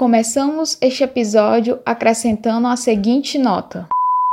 Começamos este episódio acrescentando a seguinte nota.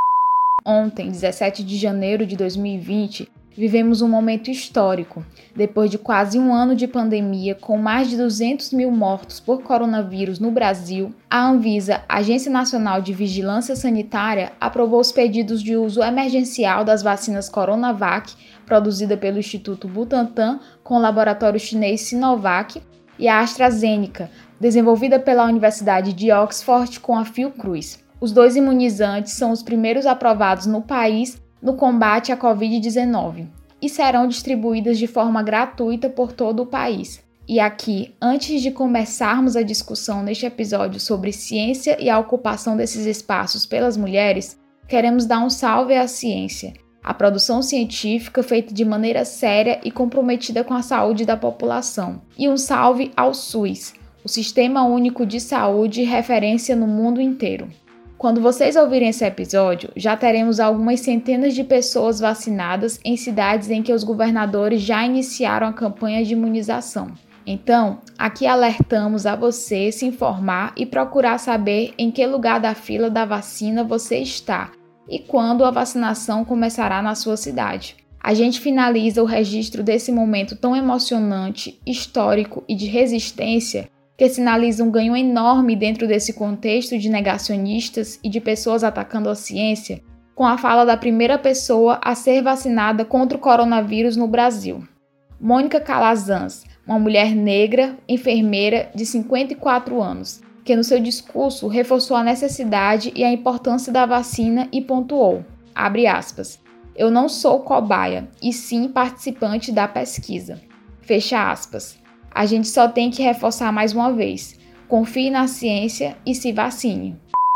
Ontem, 17 de janeiro de 2020, vivemos um momento histórico. Depois de quase um ano de pandemia, com mais de 200 mil mortos por coronavírus no Brasil, a Anvisa, Agência Nacional de Vigilância Sanitária, aprovou os pedidos de uso emergencial das vacinas Coronavac, produzida pelo Instituto Butantan com o laboratório chinês Sinovac, e a AstraZeneca, desenvolvida pela Universidade de Oxford com a Fiocruz. Os dois imunizantes são os primeiros aprovados no país no combate à Covid-19 e serão distribuídas de forma gratuita por todo o país. E aqui, antes de começarmos a discussão neste episódio sobre ciência e a ocupação desses espaços pelas mulheres, queremos dar um salve à ciência, à produção científica feita de maneira séria e comprometida com a saúde da população, e um salve ao SUS, o Sistema Único de Saúde, referência no mundo inteiro. Quando vocês ouvirem esse episódio, já teremos algumas centenas de pessoas vacinadas em cidades em que os governadores já iniciaram a campanha de imunização. Então, aqui alertamos a você se informar e procurar saber em que lugar da fila da vacina você está e quando a vacinação começará na sua cidade. A gente finaliza o registro desse momento tão emocionante, histórico e de resistência que sinaliza um ganho enorme dentro desse contexto de negacionistas e de pessoas atacando a ciência, com a fala da primeira pessoa a ser vacinada contra o coronavírus no Brasil. Mônica Calazans, uma mulher negra, enfermeira de 54 anos, que no seu discurso reforçou a necessidade e a importância da vacina e pontuou, abre aspas, "Eu não sou cobaia, e sim participante da pesquisa", fecha aspas. A gente só tem que reforçar mais uma vez. Confie na ciência e se vacine.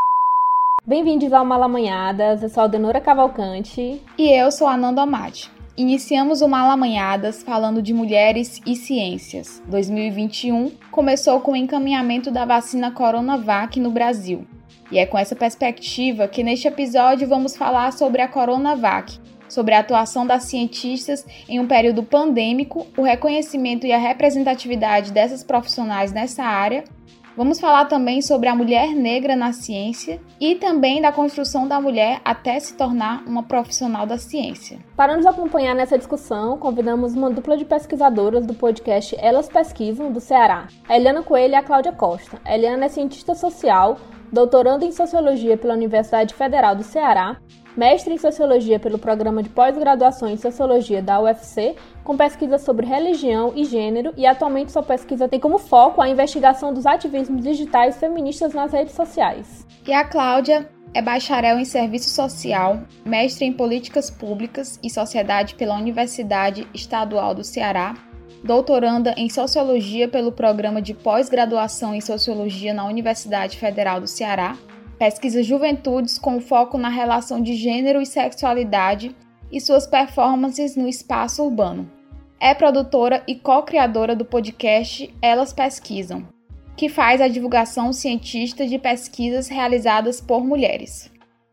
Bem-vindos ao Malamanhadas, eu sou a Aldenora Cavalcante. E eu sou a Nanda Amati. Iniciamos o Malamanhadas falando de mulheres e ciências. 2021 começou com o encaminhamento da vacina Coronavac no Brasil. E é com essa perspectiva que neste episódio vamos falar sobre a Coronavac, sobre a atuação das cientistas em um período pandêmico, o reconhecimento e a representatividade dessas profissionais nessa área. Vamos falar também sobre a mulher negra na ciência e também da construção da mulher até se tornar uma profissional da ciência. Para nos acompanhar nessa discussão, convidamos uma dupla de pesquisadoras do podcast Elas Pesquisam, do Ceará, a Eliana Coelho e a Cláudia Costa. A Eliana é cientista social, doutoranda em Sociologia pela Universidade Federal do Ceará, mestre em Sociologia pelo Programa de Pós-Graduação em Sociologia da UFC, com pesquisa sobre religião e gênero, e atualmente sua pesquisa tem como foco a investigação dos ativismos digitais feministas nas redes sociais. E a Cláudia é bacharel em Serviço Social, mestre em Políticas Públicas e Sociedade pela Universidade Estadual do Ceará, doutoranda em Sociologia pelo Programa de Pós-Graduação em Sociologia na Universidade Federal do Ceará, pesquisa juventudes com foco na relação de gênero e sexualidade e suas performances no espaço urbano. É produtora e co-criadora do podcast Elas Pesquisam, que faz a divulgação cientista de pesquisas realizadas por mulheres.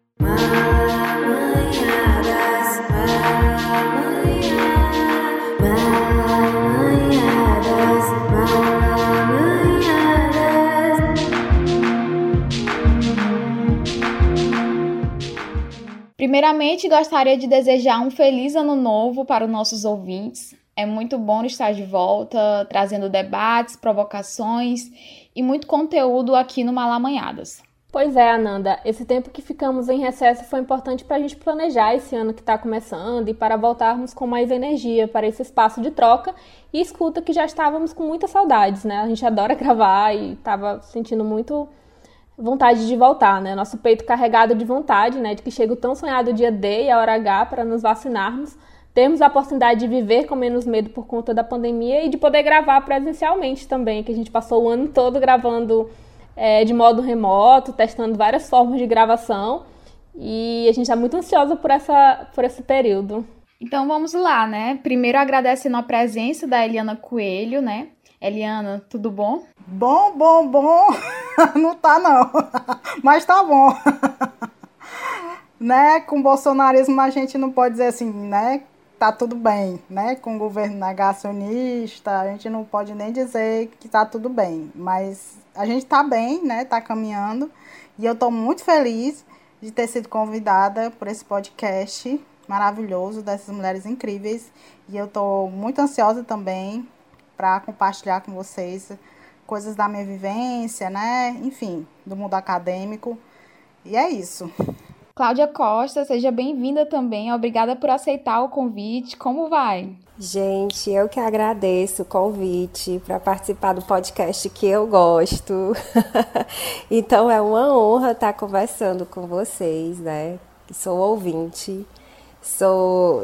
Primeiramente, gostaria de desejar um feliz ano novo para os nossos ouvintes. É muito bom estar de volta, trazendo debates, provocações e muito conteúdo aqui no Malamanhadas. Pois é, Ananda, esse tempo que ficamos em recesso foi importante para a gente planejar esse ano que está começando e para voltarmos com mais energia para esse espaço de troca e escuta que já estávamos com muitas saudades, né? A gente adora gravar e estava sentindo muito vontade de voltar, né? Nosso peito carregado de vontade, né? De que chega o tão sonhado dia D e a hora H para nos vacinarmos, termos a oportunidade de viver com menos medo por conta da pandemia e de poder gravar presencialmente também, que a gente passou o ano todo gravando de modo remoto, testando várias formas de gravação e a gente está muito ansiosa por esse período. Então vamos lá, né? Primeiro agradecendo a presença da Eliana Coelho, né? Eliana, tudo bom? Bom. Não tá não, mas tá bom. Né? Com o bolsonarismo a gente não pode dizer assim, né? tá tudo bem, né? Com o governo negacionista, a gente não pode nem dizer que tá tudo bem, mas a gente tá bem, né? Tá caminhando, e eu tô muito feliz de ter sido convidada por esse podcast maravilhoso dessas mulheres incríveis, e eu tô muito ansiosa também para compartilhar com vocês coisas da minha vivência, né? Enfim, do mundo acadêmico. E é isso. Cláudia Costa, seja bem-vinda também. Obrigada por aceitar o convite. Como vai? Gente, eu que agradeço o convite para participar do podcast que eu gosto. Então é uma honra estar conversando com vocês, né? Sou ouvinte, sou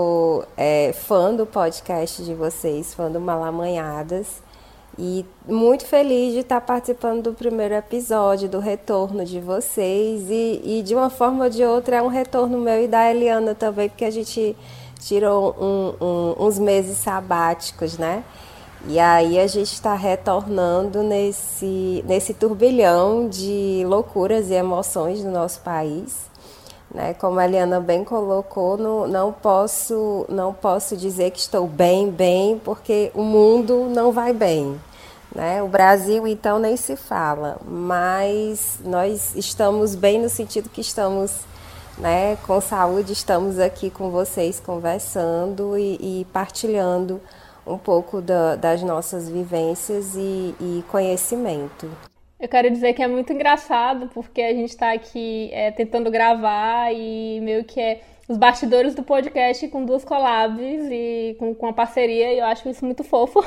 fã do podcast de vocês, fã do Malamanhadas. E muito feliz de estar participando do primeiro episódio, do retorno de vocês. E de uma forma ou de outra é um retorno meu e da Eliana também, porque a gente tirou uns meses sabáticos, né? E aí a gente está retornando nesse turbilhão de loucuras e emoções do nosso país. Né? Como a Eliana bem colocou, não posso dizer que estou bem, porque o mundo não vai bem. Né? O Brasil, então, nem se fala, mas nós estamos bem no sentido que estamos, né, com saúde, estamos aqui com vocês conversando e partilhando um pouco das nossas vivências e conhecimento. Eu quero dizer que é muito engraçado, porque a gente está aqui tentando gravar e meio que os bastidores do podcast com duas collabs e com a parceria, e eu acho isso muito fofo.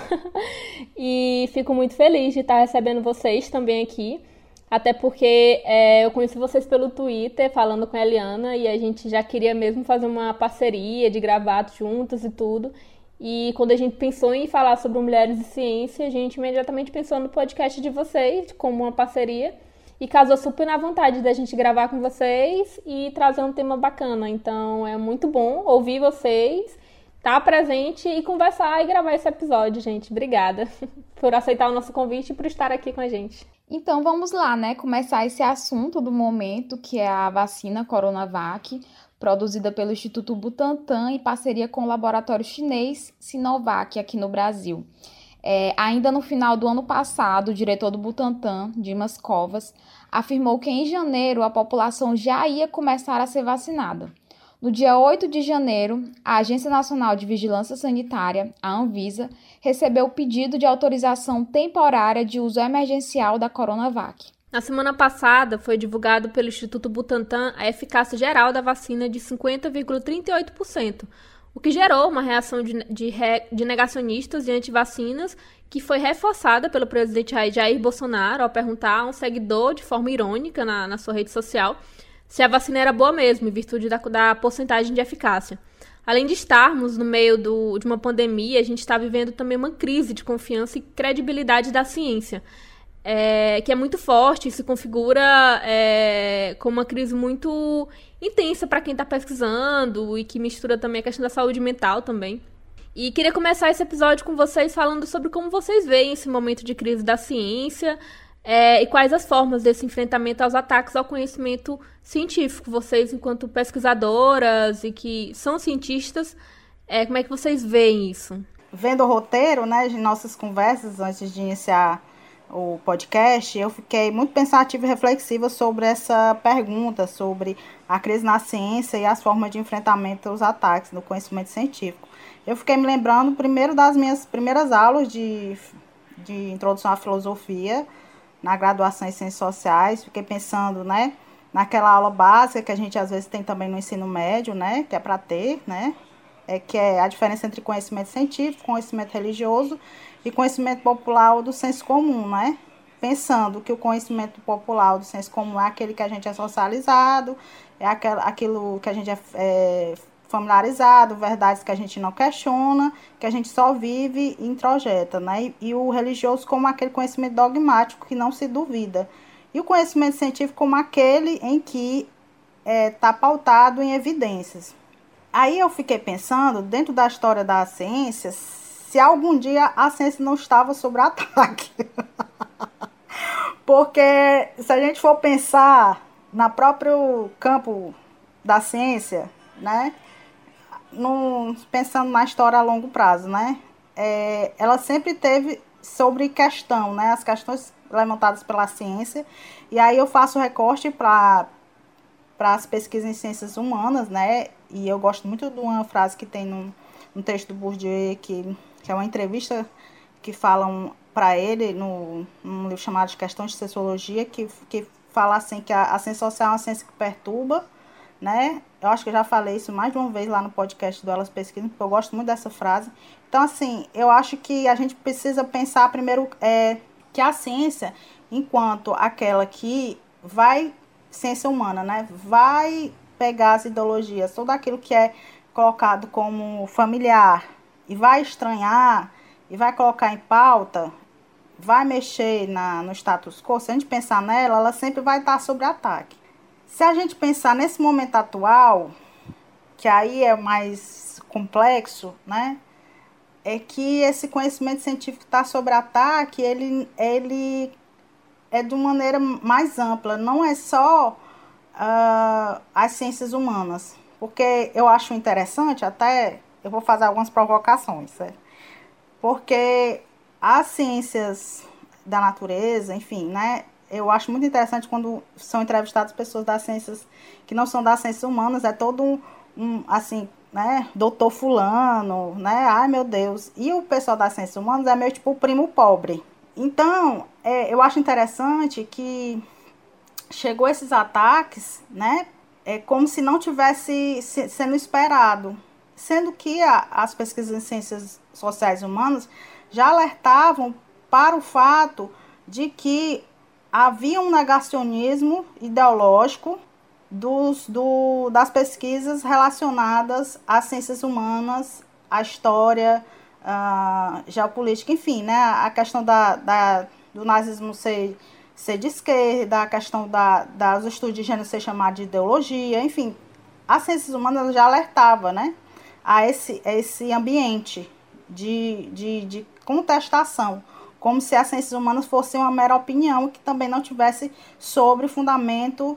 E fico muito feliz de estar recebendo vocês também aqui, até porque eu conheci vocês pelo Twitter, falando com a Eliana, e a gente já queria mesmo fazer uma parceria de gravar juntas e tudo. E quando a gente pensou em falar sobre mulheres e ciência, a gente imediatamente pensou no podcast de vocês como uma parceria e casou super na vontade da gente gravar com vocês e trazer um tema bacana. Então é muito bom ouvir vocês, estar presente e conversar e gravar esse episódio, gente. Obrigada por aceitar o nosso convite e por estar aqui com a gente. Então vamos lá, né? Começar esse assunto do momento, que é a vacina Coronavac, produzida pelo Instituto Butantan em parceria com o laboratório chinês Sinovac aqui no Brasil. Ainda no final do ano passado, o diretor do Butantan, Dimas Covas, afirmou que em janeiro a população já ia começar a ser vacinada. No dia 8 de janeiro, a Agência Nacional de Vigilância Sanitária, a Anvisa, recebeu o pedido de autorização temporária de uso emergencial da Coronavac. Na semana passada, foi divulgado pelo Instituto Butantan a eficácia geral da vacina de 50,38%, o que gerou uma reação de negacionistas e antivacinas, que foi reforçada pelo presidente Jair Bolsonaro ao perguntar a um seguidor, de forma irônica, na sua rede social, se a vacina era boa mesmo, em virtude da porcentagem de eficácia. Além de estarmos no meio de uma pandemia, a gente está vivendo também uma crise de confiança e credibilidade da ciência, que é muito forte e se configura como uma crise muito intensa para quem está pesquisando e que mistura também a questão da saúde mental também. E queria começar esse episódio com vocês falando sobre como vocês veem esse momento de crise da ciência e quais as formas desse enfrentamento aos ataques ao conhecimento científico. Vocês, enquanto pesquisadoras e que são cientistas, como é que vocês veem isso? Vendo o roteiro, né, de nossas conversas antes de iniciar o podcast, eu fiquei muito pensativa e reflexiva sobre essa pergunta, sobre a crise na ciência e as formas de enfrentamento aos ataques no conhecimento científico. Eu fiquei me lembrando primeiro das minhas primeiras aulas de introdução à filosofia, na graduação em Ciências Sociais. Fiquei pensando, né, naquela aula básica que a gente às vezes tem também no ensino médio, né, que é para ter, né, que é a diferença entre conhecimento científico, conhecimento religioso e conhecimento popular do senso comum, né? Pensando que o conhecimento popular do senso comum é aquele que a gente é socializado, é aquilo que a gente é familiarizado, verdades que a gente não questiona, que a gente só vive e introjeta, né? E o religioso como aquele conhecimento dogmático que não se duvida. E o conhecimento científico como aquele em que está pautado em evidências. Aí eu fiquei pensando, dentro da história da ciência, se algum dia a ciência não estava sob ataque. Porque se a gente for pensar no próprio campo da ciência, né, pensando na história a longo prazo, né? Ela sempre teve sobre questão, né? As questões levantadas pela ciência. E aí eu faço recorte para as pesquisas em ciências humanas, né? E eu gosto muito de uma frase que tem num texto do Bourdieu, que é uma entrevista que falam para ele num livro chamado de Questões de Sociologia, que fala assim que a ciência social é uma ciência que perturba, né? Eu acho que eu já falei isso mais de uma vez lá no podcast do Elas Pesquisam, porque eu gosto muito dessa frase. Então, assim, eu acho que a gente precisa pensar primeiro que a ciência, enquanto aquela que vai, ciência humana, né? Vai pegar as ideologias, tudo aquilo que é colocado como familiar, e vai estranhar, e vai colocar em pauta, vai mexer no status quo. Se a gente pensar nela, ela sempre vai estar sob ataque. Se a gente pensar nesse momento atual, que aí é mais complexo, né? É que esse conhecimento científico está sob ataque, ele é de uma maneira mais ampla, não é só as ciências humanas. Porque eu acho interessante, até eu vou fazer algumas provocações, certo? Porque as ciências da natureza, enfim, né? Eu acho muito interessante quando são entrevistadas pessoas das ciências que não são das ciências humanas, é todo assim, né? Doutor fulano, né? Ai, meu Deus. E o pessoal das ciências humanas é meio tipo o primo pobre. Então, eu acho interessante que chegou esses ataques, né? É como se não tivesse sendo esperado. Sendo que as pesquisas em ciências sociais e humanas já alertavam para o fato de que havia um negacionismo ideológico das pesquisas relacionadas às ciências humanas, à história, geopolítica, enfim, né? A questão do nazismo ser de esquerda, a questão dos estudos de gênero ser chamado de ideologia, enfim, as ciências humanas já alertava, né, a esse ambiente de contestação, como se as ciências humanas fossem uma mera opinião que também não tivesse sobre fundamento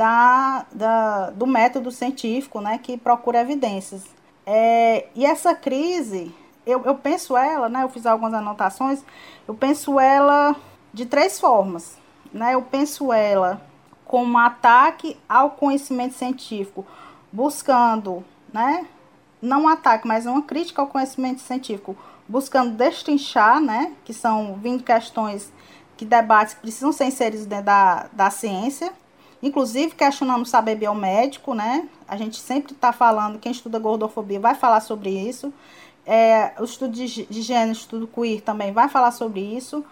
do método científico, né, que procura evidências. E essa crise, eu penso ela, né, eu fiz algumas anotações, eu penso ela de 3 formas. Né, eu penso ela como um ataque ao conhecimento científico, buscando, né, não um ataque, mas uma crítica ao conhecimento científico, buscando destrinchar, né, que são vindo questões, debates que precisam ser inseridos dentro da ciência, inclusive questionando o saber biomédico, né, a gente sempre está falando, quem estuda gordofobia vai falar sobre isso, o estudo de gênero, o estudo queer também vai falar sobre isso,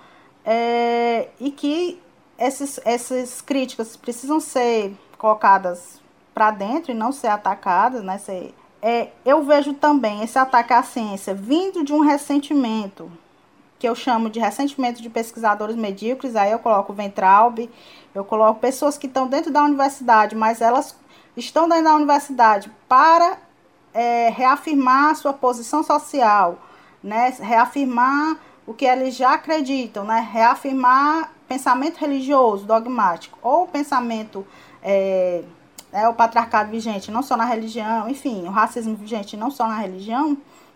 e que essas críticas precisam ser colocadas para dentro e não ser atacadas, né? Eu vejo também esse ataque à ciência vindo de um ressentimento, que eu chamo de ressentimento de pesquisadores medíocres. Aí eu coloco Weintraub, eu coloco pessoas que estão dentro da universidade, mas elas estão dentro da universidade para reafirmar a sua posição social, né? Reafirmar o que eles já acreditam, né? Reafirmar pensamento religioso, dogmático, ou pensamento, o patriarcado vigente não só na religião, enfim, o racismo vigente não só na religião,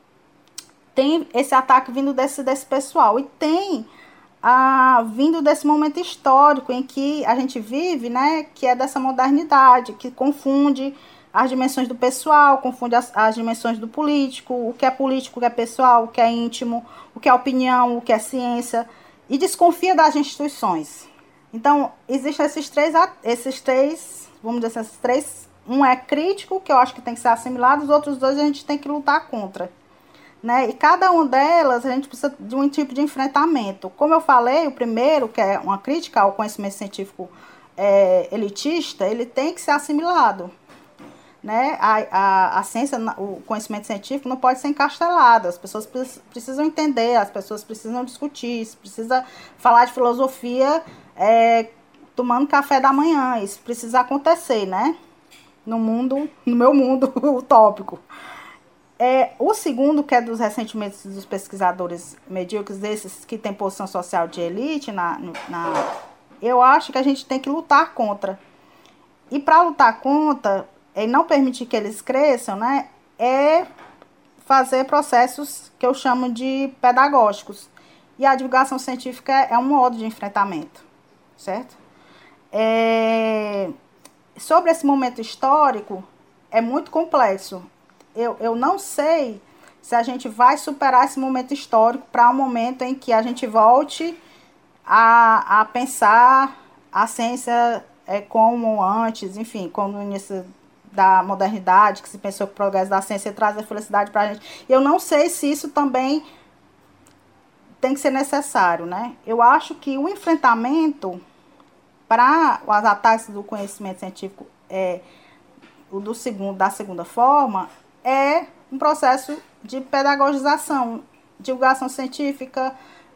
tem esse ataque vindo desse pessoal. E tem vindo desse momento histórico em que a gente vive, né, que é dessa modernidade, que confunde as dimensões do pessoal, confunde as dimensões do político, o que é pessoal, o que é íntimo, o que é opinião, o que é ciência, e desconfia das instituições. Então, existem esses três, vamos dizer assim, esses 3, um é crítico, que eu acho que tem que ser assimilado, os outros 2 a gente tem que lutar contra. Né? E cada uma delas a gente precisa de um tipo de enfrentamento. Como eu falei, o primeiro, que é uma crítica ao conhecimento científico elitista, ele tem que ser assimilado. Né? A ciência, o conhecimento científico não pode ser encastelado, as pessoas precisam entender, as pessoas precisam discutir, precisa falar de filosofia tomando café da manhã, isso precisa acontecer, né? No meu mundo utópico. O segundo, que é dos ressentimentos dos pesquisadores medíocres, desses que têm posição social de elite, eu acho que a gente tem que lutar contra. E para lutar contra e não permitir que eles cresçam, né, é fazer processos que eu chamo de pedagógicos. E a divulgação científica é um modo de enfrentamento, certo? Sobre esse momento histórico, é muito complexo. Eu não sei se a gente vai superar esse momento histórico para um momento em que a gente volte a pensar a ciência como antes, enfim, como no início da modernidade, que se pensou que o progresso da ciência traz a felicidade para a gente. Eu não sei se isso também tem que ser necessário, né? Eu acho que o enfrentamento para os ataques do conhecimento científico da segunda forma é um processo de pedagogização, divulgação científica,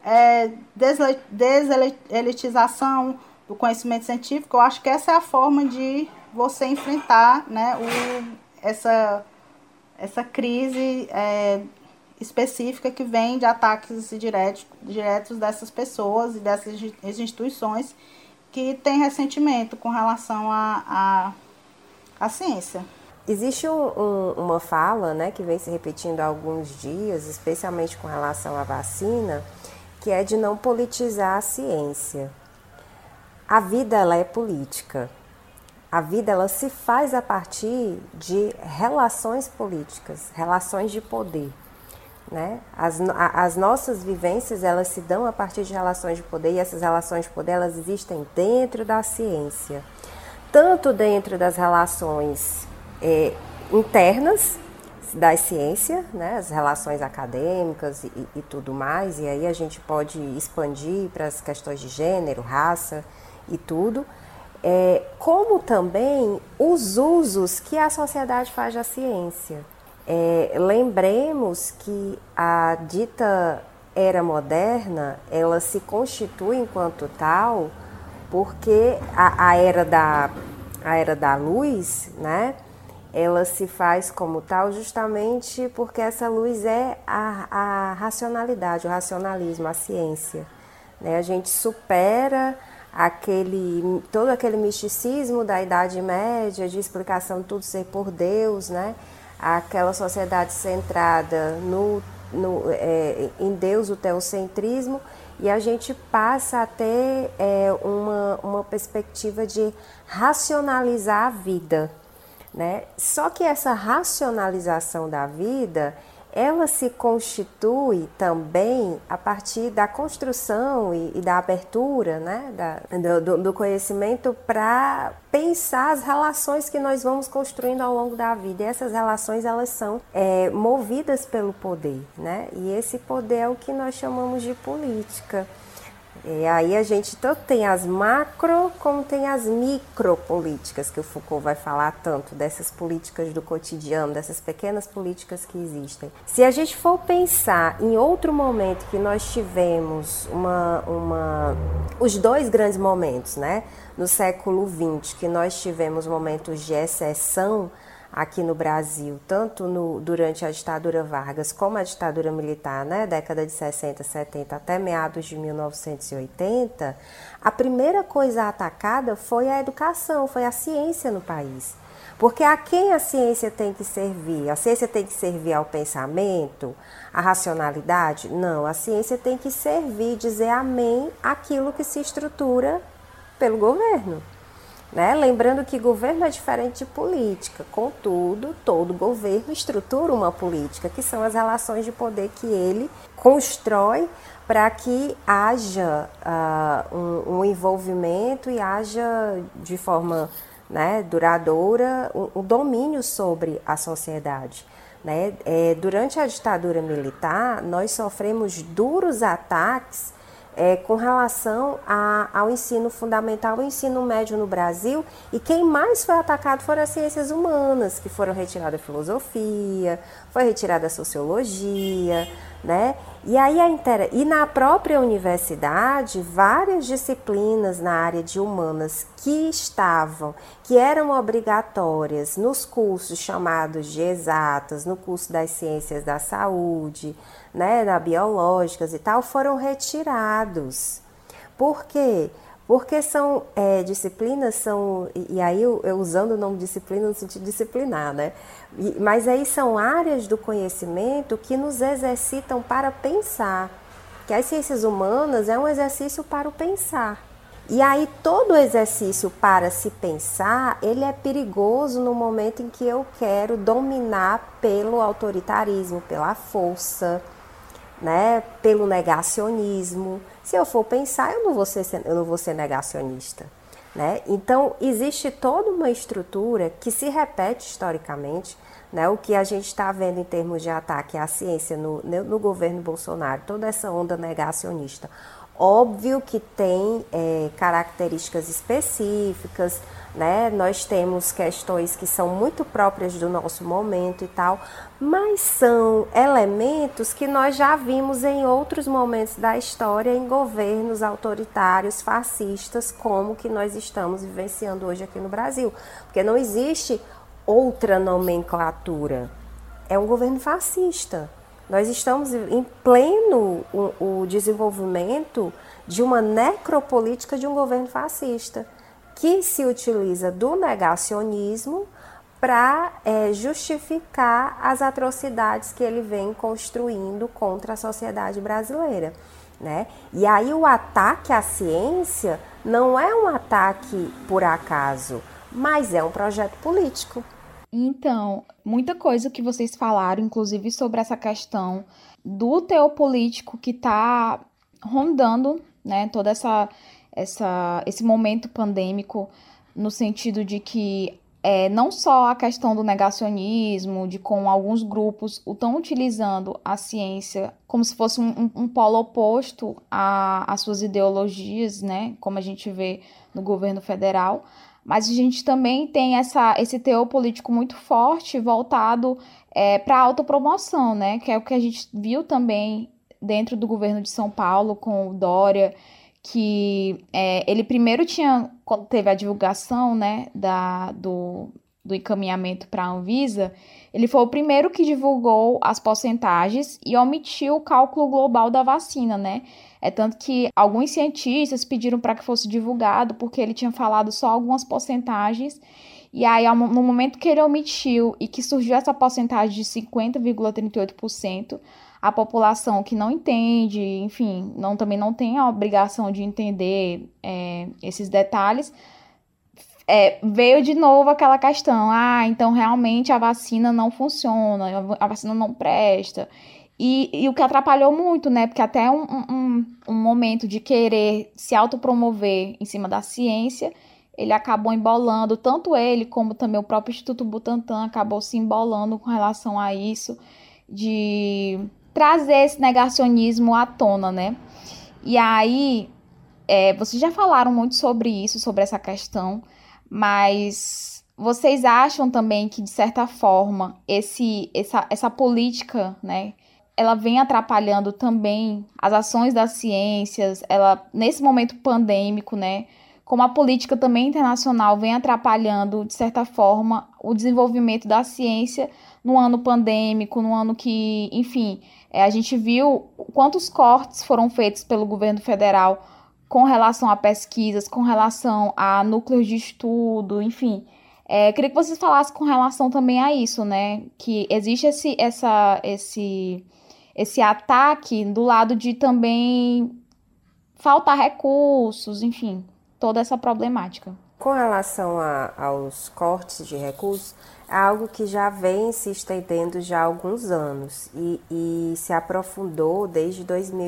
deselitização do conhecimento científico. Eu acho que essa é a forma de você enfrentar, né, essa crise específica que vem de ataques diretos dessas pessoas e dessas instituições que têm ressentimento com relação à ciência. Existe uma fala, né, que vem se repetindo há alguns dias, especialmente com relação à vacina, que é de não politizar a ciência. A vida, ela é política. A vida, ela se faz a partir de relações políticas, relações de poder, né? As nossas vivências, elas se dão a partir de relações de poder, e essas relações de poder, elas existem dentro da ciência. Tanto dentro das relações internas da ciência, né, as relações acadêmicas e tudo mais, e aí a gente pode expandir para as questões de gênero, raça e tudo, como também os usos que a sociedade faz da ciência. Lembremos que a dita era moderna, ela se constitui enquanto tal porque a era da luz, né, ela se faz como tal justamente porque essa luz é a racionalidade, o racionalismo, a ciência, né? A gente supera todo aquele misticismo da Idade Média, de explicação de tudo ser por Deus, né? Aquela sociedade centrada em Deus, o teocentrismo, e a gente passa a ter uma perspectiva de racionalizar a vida, né? Só que essa racionalização da vida, ela se constitui também a partir da construção e da abertura, né, do conhecimento para pensar as relações que nós vamos construindo ao longo da vida. E essas relações, elas são movidas pelo poder, né? E esse poder é o que nós chamamos de política. E aí a gente tanto tem as macro como tem as micropolíticas, que o Foucault vai falar tanto, dessas políticas do cotidiano, dessas pequenas políticas que existem. Se a gente for pensar em outro momento que nós tivemos os dois grandes momentos, né? No século XX, que nós tivemos momentos de exceção aqui no Brasil, tanto durante a ditadura Vargas como a ditadura militar, né, década de 60, 70 até meados de 1980, a primeira coisa atacada foi a educação, foi a ciência no país. Porque a quem a ciência tem que servir? A ciência tem que servir ao pensamento, à racionalidade? Não, a ciência tem que servir, dizer amém àquilo que se estrutura pelo governo. Né? Lembrando que governo é diferente de política, contudo, todo governo estrutura uma política, que são as relações de poder que ele constrói para que haja um envolvimento e haja de forma, né, duradoura o domínio sobre a sociedade. Né? Durante a ditadura militar, nós sofremos duros ataques com relação ao ensino fundamental e ensino médio no Brasil, e quem mais foi atacado foram as ciências humanas, que foram retiradas a filosofia, foi retirada a sociologia, né? E aí e na própria universidade, várias disciplinas na área de humanas que eram obrigatórias nos cursos chamados de exatas, no curso das ciências da saúde, né, da biológicas e tal, foram retirados. Por quê? Porque são disciplinas, e aí eu usando o nome disciplina no sentido de disciplinar, né? Mas aí são áreas do conhecimento que nos exercitam para pensar, que as ciências humanas é um exercício para o pensar. E aí todo exercício para se pensar, ele é perigoso no momento em que eu quero dominar pelo autoritarismo, pela força, né, pelo negacionismo. Se eu for pensar, eu não vou ser negacionista, né? Então, existe toda uma estrutura que se repete historicamente, né? O que a gente está vendo em termos de ataque à ciência no governo Bolsonaro, toda essa onda negacionista. Óbvio que tem características específicas, né? Nós temos questões que são muito próprias do nosso momento e tal, mas são elementos que nós já vimos em outros momentos da história em governos autoritários, fascistas, como que nós estamos vivenciando hoje aqui no Brasil. Porque não existe outra nomenclatura, é um governo fascista. Nós estamos em pleno o desenvolvimento de uma necropolítica de um governo fascista, que se utiliza do negacionismo para justificar as atrocidades que ele vem construindo contra a sociedade brasileira, né? E aí o ataque à ciência não é um ataque por acaso, mas é um projeto político. Então, muita coisa que vocês falaram, inclusive sobre essa questão do teor político que está rondando, né, todo esse momento pandêmico, no sentido de que não só a questão do negacionismo, de como alguns grupos estão utilizando a ciência como se fosse um polo oposto às suas ideologias, né, como a gente vê no governo federal, mas a gente também tem esse teor político muito forte voltado para a autopromoção, né? Que é o que a gente viu também dentro do governo de São Paulo com o Dória, que ele primeiro quando teve a divulgação, né, do encaminhamento para a Anvisa, ele foi o primeiro que divulgou as porcentagens e omitiu o cálculo global da vacina, né? Tanto que alguns cientistas pediram para que fosse divulgado, porque ele tinha falado só algumas porcentagens, e aí no momento que ele omitiu e que surgiu essa porcentagem de 50,38%, a população que não entende, enfim, também não tem a obrigação de entender esses detalhes, veio de novo aquela questão, então realmente a vacina não funciona, a vacina não presta. E o que atrapalhou muito, né? Porque até um momento de querer se autopromover em cima da ciência, ele acabou embolando, tanto ele como também o próprio Instituto Butantan acabou se embolando com relação a isso, de trazer esse negacionismo à tona, né? E aí, vocês já falaram muito sobre isso, sobre essa questão, mas vocês acham também que, de certa forma, essa política, né, ela vem atrapalhando também as ações das ciências, nesse momento pandêmico, né, como a política também internacional vem atrapalhando, de certa forma, o desenvolvimento da ciência no ano pandêmico, no ano que, enfim, a gente viu quantos cortes foram feitos pelo governo federal com relação a pesquisas, com relação a núcleos de estudo, enfim. Queria que vocês falassem com relação também a isso, né, que existe esse ataque do lado de também faltar recursos, enfim, toda essa problemática. Com relação aos cortes de recursos, é algo que já vem se estendendo já há alguns anos e se aprofundou desde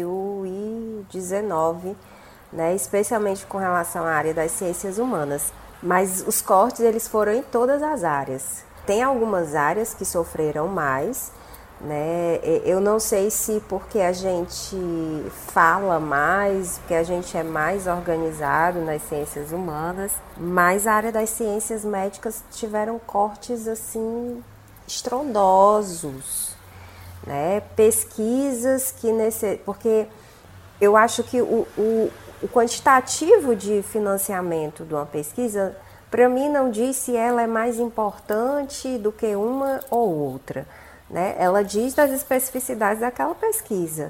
2019, né, especialmente com relação à área das ciências humanas. Mas os cortes eles foram em todas as áreas. Tem algumas áreas que sofreram mais, né? Eu não sei se porque a gente fala mais, porque a gente é mais organizado nas ciências humanas, mas a área das ciências médicas tiveram cortes assim estrondosos, né? Pesquisas porque eu acho que o quantitativo de financiamento de uma pesquisa, para mim, não diz se ela é mais importante do que uma ou outra, né? Ela diz das especificidades daquela pesquisa.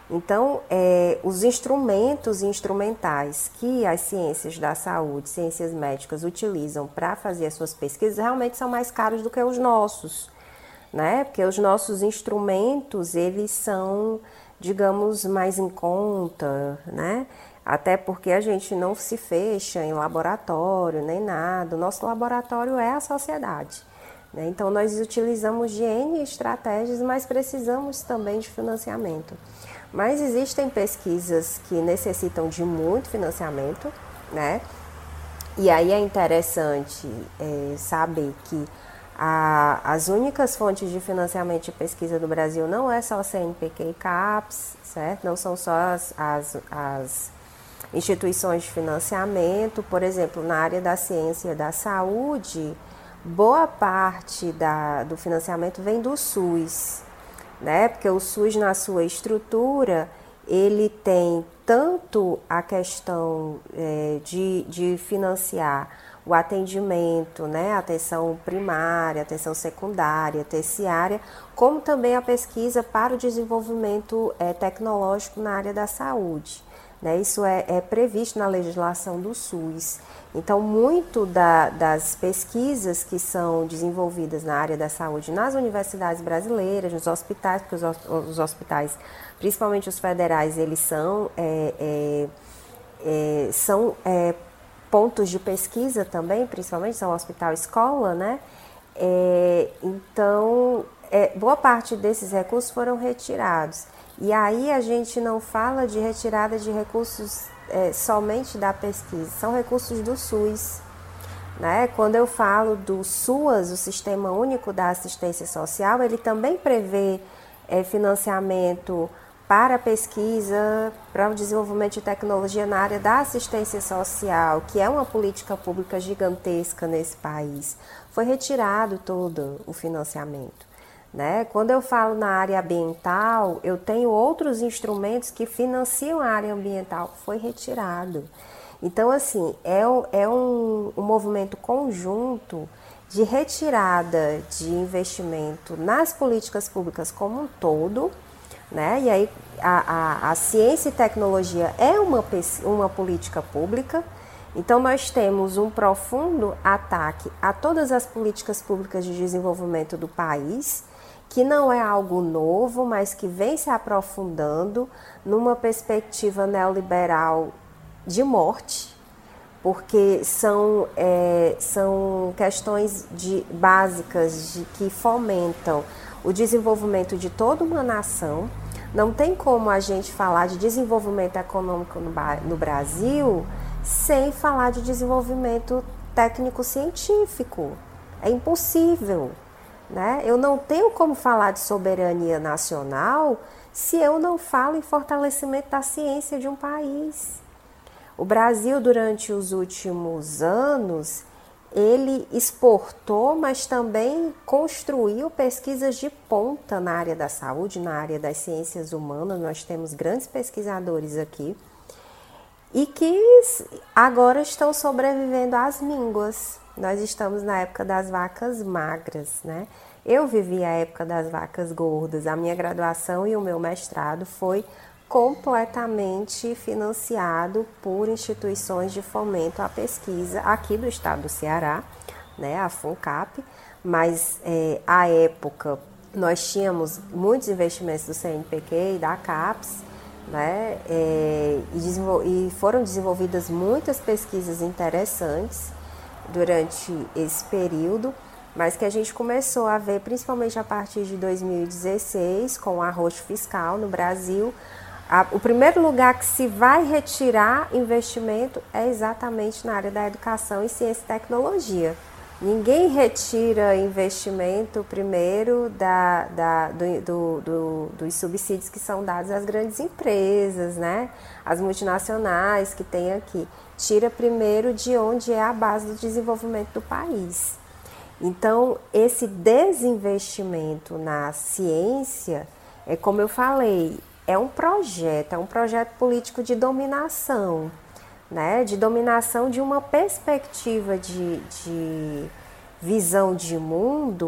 Então, os instrumentos e instrumentais que as ciências da saúde, ciências médicas utilizam para fazer as suas pesquisas realmente são mais caros do que os nossos, né? Porque os nossos instrumentos, eles são, digamos, mais em conta, né? Até porque a gente não se fecha em laboratório nem nada, o nosso laboratório é a sociedade, né? Então, nós utilizamos de N estratégias, mas precisamos também de financiamento. Mas existem pesquisas que necessitam de muito financiamento, né? E aí é interessante saber que as únicas fontes de financiamento de pesquisa do Brasil não é só CNPq e CAPES, certo? Não são só as instituições de financiamento. Por exemplo, na área da ciência e da saúde, boa parte do financiamento vem do SUS, né? Porque o SUS, na sua estrutura, ele tem tanto a questão de financiar o atendimento, né? Atenção primária, atenção secundária, terciária, como também a pesquisa para o desenvolvimento tecnológico na área da saúde, né? Isso é previsto na legislação do SUS. Então, muito das pesquisas que são desenvolvidas na área da saúde nas universidades brasileiras, nos hospitais, porque os hospitais, principalmente os federais, eles são pontos de pesquisa também, principalmente, são hospital-escola, né? Então, boa parte desses recursos foram retirados. E aí a gente não fala de retirada de recursos somente da pesquisa, são recursos do SUS, né? Quando eu falo do SUAS, o Sistema Único da Assistência Social, ele também prevê financiamento para pesquisa, para o desenvolvimento de tecnologia na área da assistência social, que é uma política pública gigantesca nesse país. Foi retirado todo o financiamento, né? Quando eu falo na área ambiental, eu tenho outros instrumentos que financiam a área ambiental, foi retirado. Então, assim, é um movimento conjunto de retirada de investimento nas políticas públicas como um todo, né? E aí a ciência e tecnologia é uma política pública. Então, nós temos um profundo ataque a todas as políticas públicas de desenvolvimento do país, que não é algo novo, mas que vem se aprofundando numa perspectiva neoliberal de morte, porque são questões básicas que fomentam o desenvolvimento de toda uma nação. Não tem como a gente falar de desenvolvimento econômico no Brasil sem falar de desenvolvimento técnico-científico. É impossível, né? Eu não tenho como falar de soberania nacional se eu não falo em fortalecimento da ciência de um país. O Brasil, durante os últimos anos, ele exportou, mas também construiu pesquisas de ponta na área da saúde, na área das ciências humanas. Nós temos grandes pesquisadores aqui e que agora estão sobrevivendo às mínguas. Nós estamos na época das vacas magras, né? Eu vivi a época das vacas gordas. A minha graduação e o meu mestrado foi completamente financiado por instituições de fomento à pesquisa aqui do estado do Ceará, né, a FUNCAP, mas à época nós tínhamos muitos investimentos do CNPq e da CAPES, né, e foram desenvolvidas muitas pesquisas interessantes durante esse período, mas que a gente começou a ver, principalmente a partir de 2016, com o arroxo fiscal no Brasil. O primeiro lugar que se vai retirar investimento é exatamente na área da educação e ciência e tecnologia. Ninguém retira investimento primeiro dos subsídios que são dados às grandes empresas, né? As multinacionais que tem aqui. Tira primeiro de onde é a base do desenvolvimento do país. Então, esse desinvestimento na ciência, como eu falei, é um projeto político de dominação, né? De dominação de uma perspectiva de visão de mundo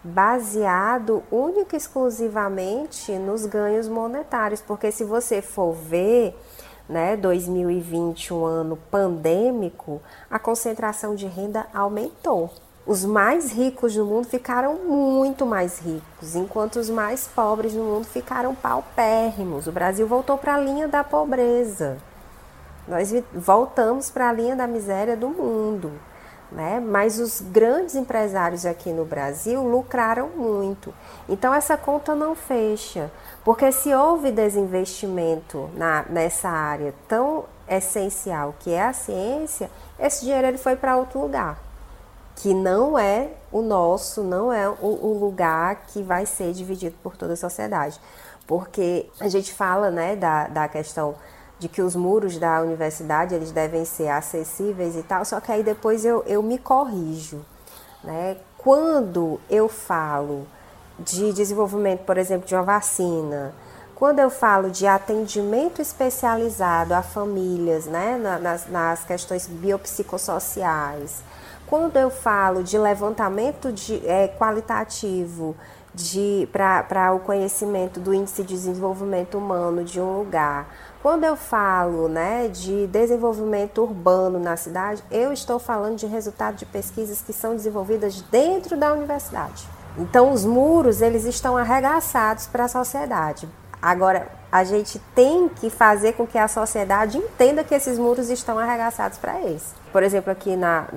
baseado única e exclusivamente nos ganhos monetários, porque se você for ver, né, 2020, um ano pandêmico, a concentração de renda aumentou. Os mais ricos do mundo ficaram muito mais ricos, enquanto os mais pobres do mundo ficaram paupérrimos. O Brasil voltou para a linha da pobreza. Nós voltamos para a linha da miséria do mundo, né? Mas os grandes empresários aqui no Brasil lucraram muito. Então essa conta não fecha, porque se houve desinvestimento nessa área tão essencial que é a ciência, esse dinheiro ele foi para outro lugar, que não é o nosso, não é o lugar que vai ser dividido por toda a sociedade. Porque a gente fala, né, da questão de que os muros da universidade eles devem ser acessíveis e tal, só que aí depois eu me corrijo, né? Quando eu falo de desenvolvimento, por exemplo, de uma vacina, quando eu falo de atendimento especializado a famílias, né, nas questões biopsicossociais, quando eu falo de levantamento qualitativo para o conhecimento do índice de desenvolvimento humano de um lugar, quando eu falo, né, de desenvolvimento urbano na cidade, eu estou falando de resultados de pesquisas que são desenvolvidas dentro da universidade. Então, os muros, eles estão arregaçados para a sociedade. Agora, a gente tem que fazer com que a sociedade entenda que esses muros estão arregaçados para eles. Por exemplo, aqui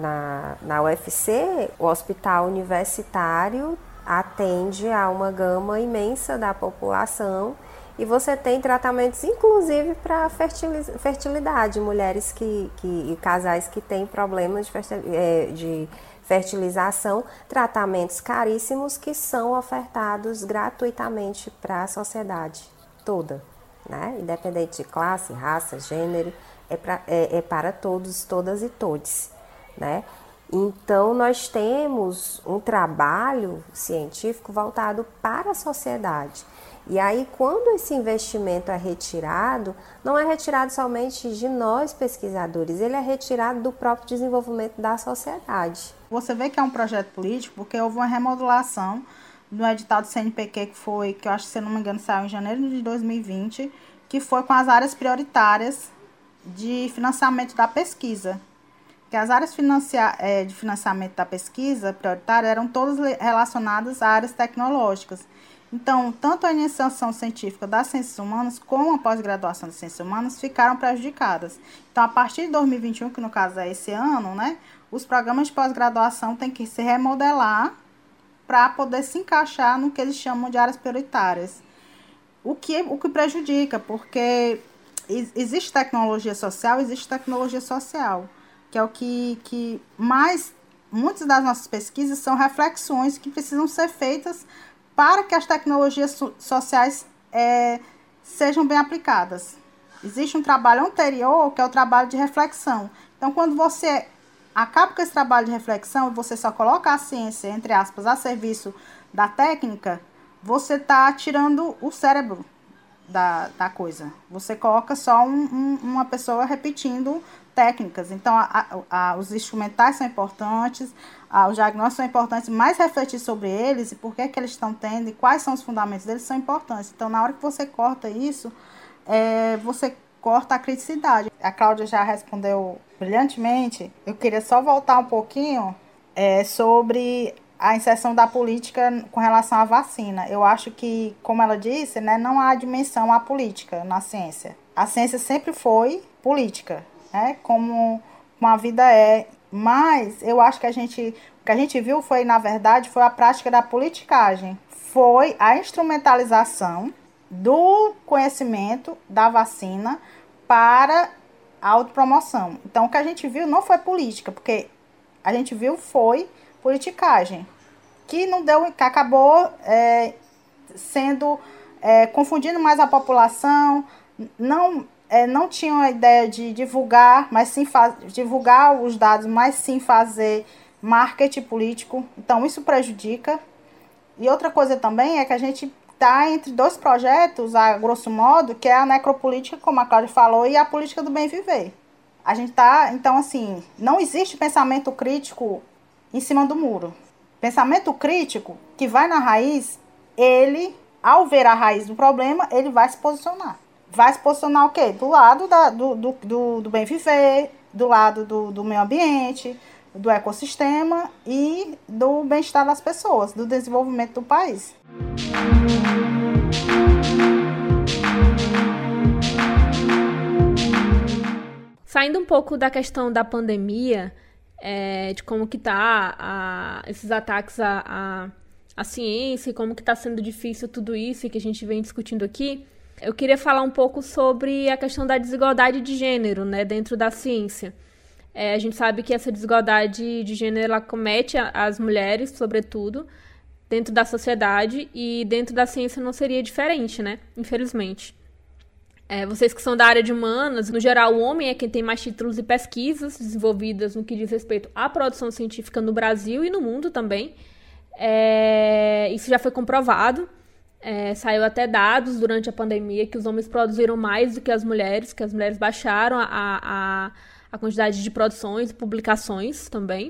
na UFC, o hospital universitário atende a uma gama imensa da população e você tem tratamentos, inclusive, para fertilidade, mulheres e casais que têm problemas de fertilização, tratamentos caríssimos que são ofertados gratuitamente para a sociedade toda, né? Independente de classe, raça, gênero, para todos, todas e todes, né? Então, nós temos um trabalho científico voltado para a sociedade. E aí, quando esse investimento é retirado, não é retirado somente de nós pesquisadores, ele é retirado do próprio desenvolvimento da sociedade. Você vê que é um projeto político porque houve uma remodelação do edital do CNPq que eu acho que, se eu não me engano, saiu em janeiro de 2020, que foi com as áreas prioritárias de financiamento da pesquisa. Que as áreas de financiamento da pesquisa prioritária eram todas relacionadas a áreas tecnológicas. Então, tanto a iniciação científica das ciências humanas como a pós-graduação de ciências humanas ficaram prejudicadas. Então, a partir de 2021, que no caso é esse ano, né, os programas de pós-graduação têm que se remodelar para poder se encaixar no que eles chamam de áreas prioritárias. O que prejudica, porque existe tecnologia social, que é o que mais, muitas das nossas pesquisas são reflexões que precisam ser feitas para que as tecnologias sociais sejam bem aplicadas. Existe um trabalho anterior, que é o trabalho de reflexão. Então, quando você acaba com esse trabalho de reflexão e você só coloca a ciência, entre aspas, a serviço da técnica, você está tirando o cérebro da coisa. Você coloca só uma pessoa repetindo técnicas. Então, os instrumentais são importantes, os diagnósticos são importantes, mas refletir sobre eles e por que eles estão tendo e quais são os fundamentos deles são importantes. Então, na hora que você corta isso, você corta a criticidade. A Cláudia já respondeu brilhantemente. Eu queria só voltar um pouquinho sobre a inserção da política com relação à vacina. Eu acho que, como ela disse, né, não há dimensão à política na ciência. A ciência sempre foi política, né, como a vida é. Mas eu acho que o que a gente viu foi, na verdade, foi a prática da politicagem. Foi a instrumentalização do conhecimento da vacina para a autopromoção. Então, o que a gente viu não foi política, porque a gente viu foi politicagem, que acabou confundindo mais a população, não tinham a ideia de divulgar, mas sim divulgar os dados, mas sim fazer marketing político. Então, isso prejudica. E outra coisa também é que a gente está entre dois projetos, a grosso modo, que é a necropolítica, como a Cláudia falou, e a política do bem viver. A gente está, então, assim, não existe pensamento crítico em cima do muro. Pensamento crítico, que vai na raiz, ele, ao ver a raiz do problema, ele vai se posicionar. Vai se posicionar o quê? Do lado do bem viver, do lado do meio ambiente, do ecossistema e do bem-estar das pessoas, do desenvolvimento do país. Saindo um pouco da questão da pandemia, de como que tá esses ataques à ciência e como que está sendo difícil tudo isso que a gente vem discutindo aqui, eu queria falar um pouco sobre a questão da desigualdade de gênero, né, dentro da ciência. A gente sabe que essa desigualdade de gênero ela acomete as mulheres, sobretudo, dentro da sociedade, e dentro da ciência não seria diferente, né? Infelizmente. Vocês que são da área de humanas, no geral, o homem é quem tem mais títulos e pesquisas desenvolvidas no que diz respeito à produção científica no Brasil e no mundo também. Isso já foi comprovado. Saiu até dados durante a pandemia que os homens produziram mais do que as mulheres baixaram a quantidade de produções e publicações também.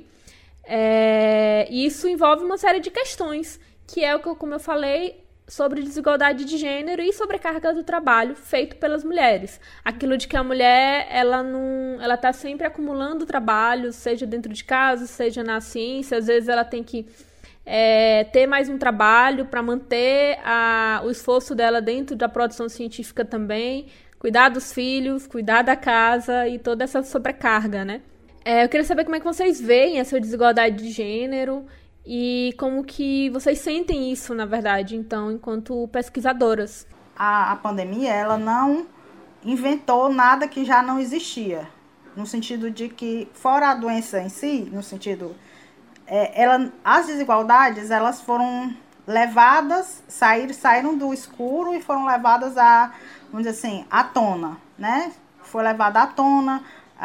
E isso envolve uma série de questões, que é o que, como eu falei, sobre desigualdade de gênero e sobrecarga do trabalho feito pelas mulheres. Aquilo de que a mulher ela está sempre acumulando trabalho, seja dentro de casa, seja na ciência. Às vezes ela tem que ter mais um trabalho para manter o esforço dela dentro da produção científica também, cuidar dos filhos, cuidar da casa e toda essa sobrecarga, né? Eu queria saber como é que vocês veem essa desigualdade de gênero e como que vocês sentem isso, na verdade, então, enquanto pesquisadoras. A pandemia, ela não inventou nada que já não existia, no sentido de que, fora a doença em si, no sentido... as desigualdades, elas foram levadas, saíram do escuro e foram levadas vamos dizer assim, à tona, né? Foi levada à tona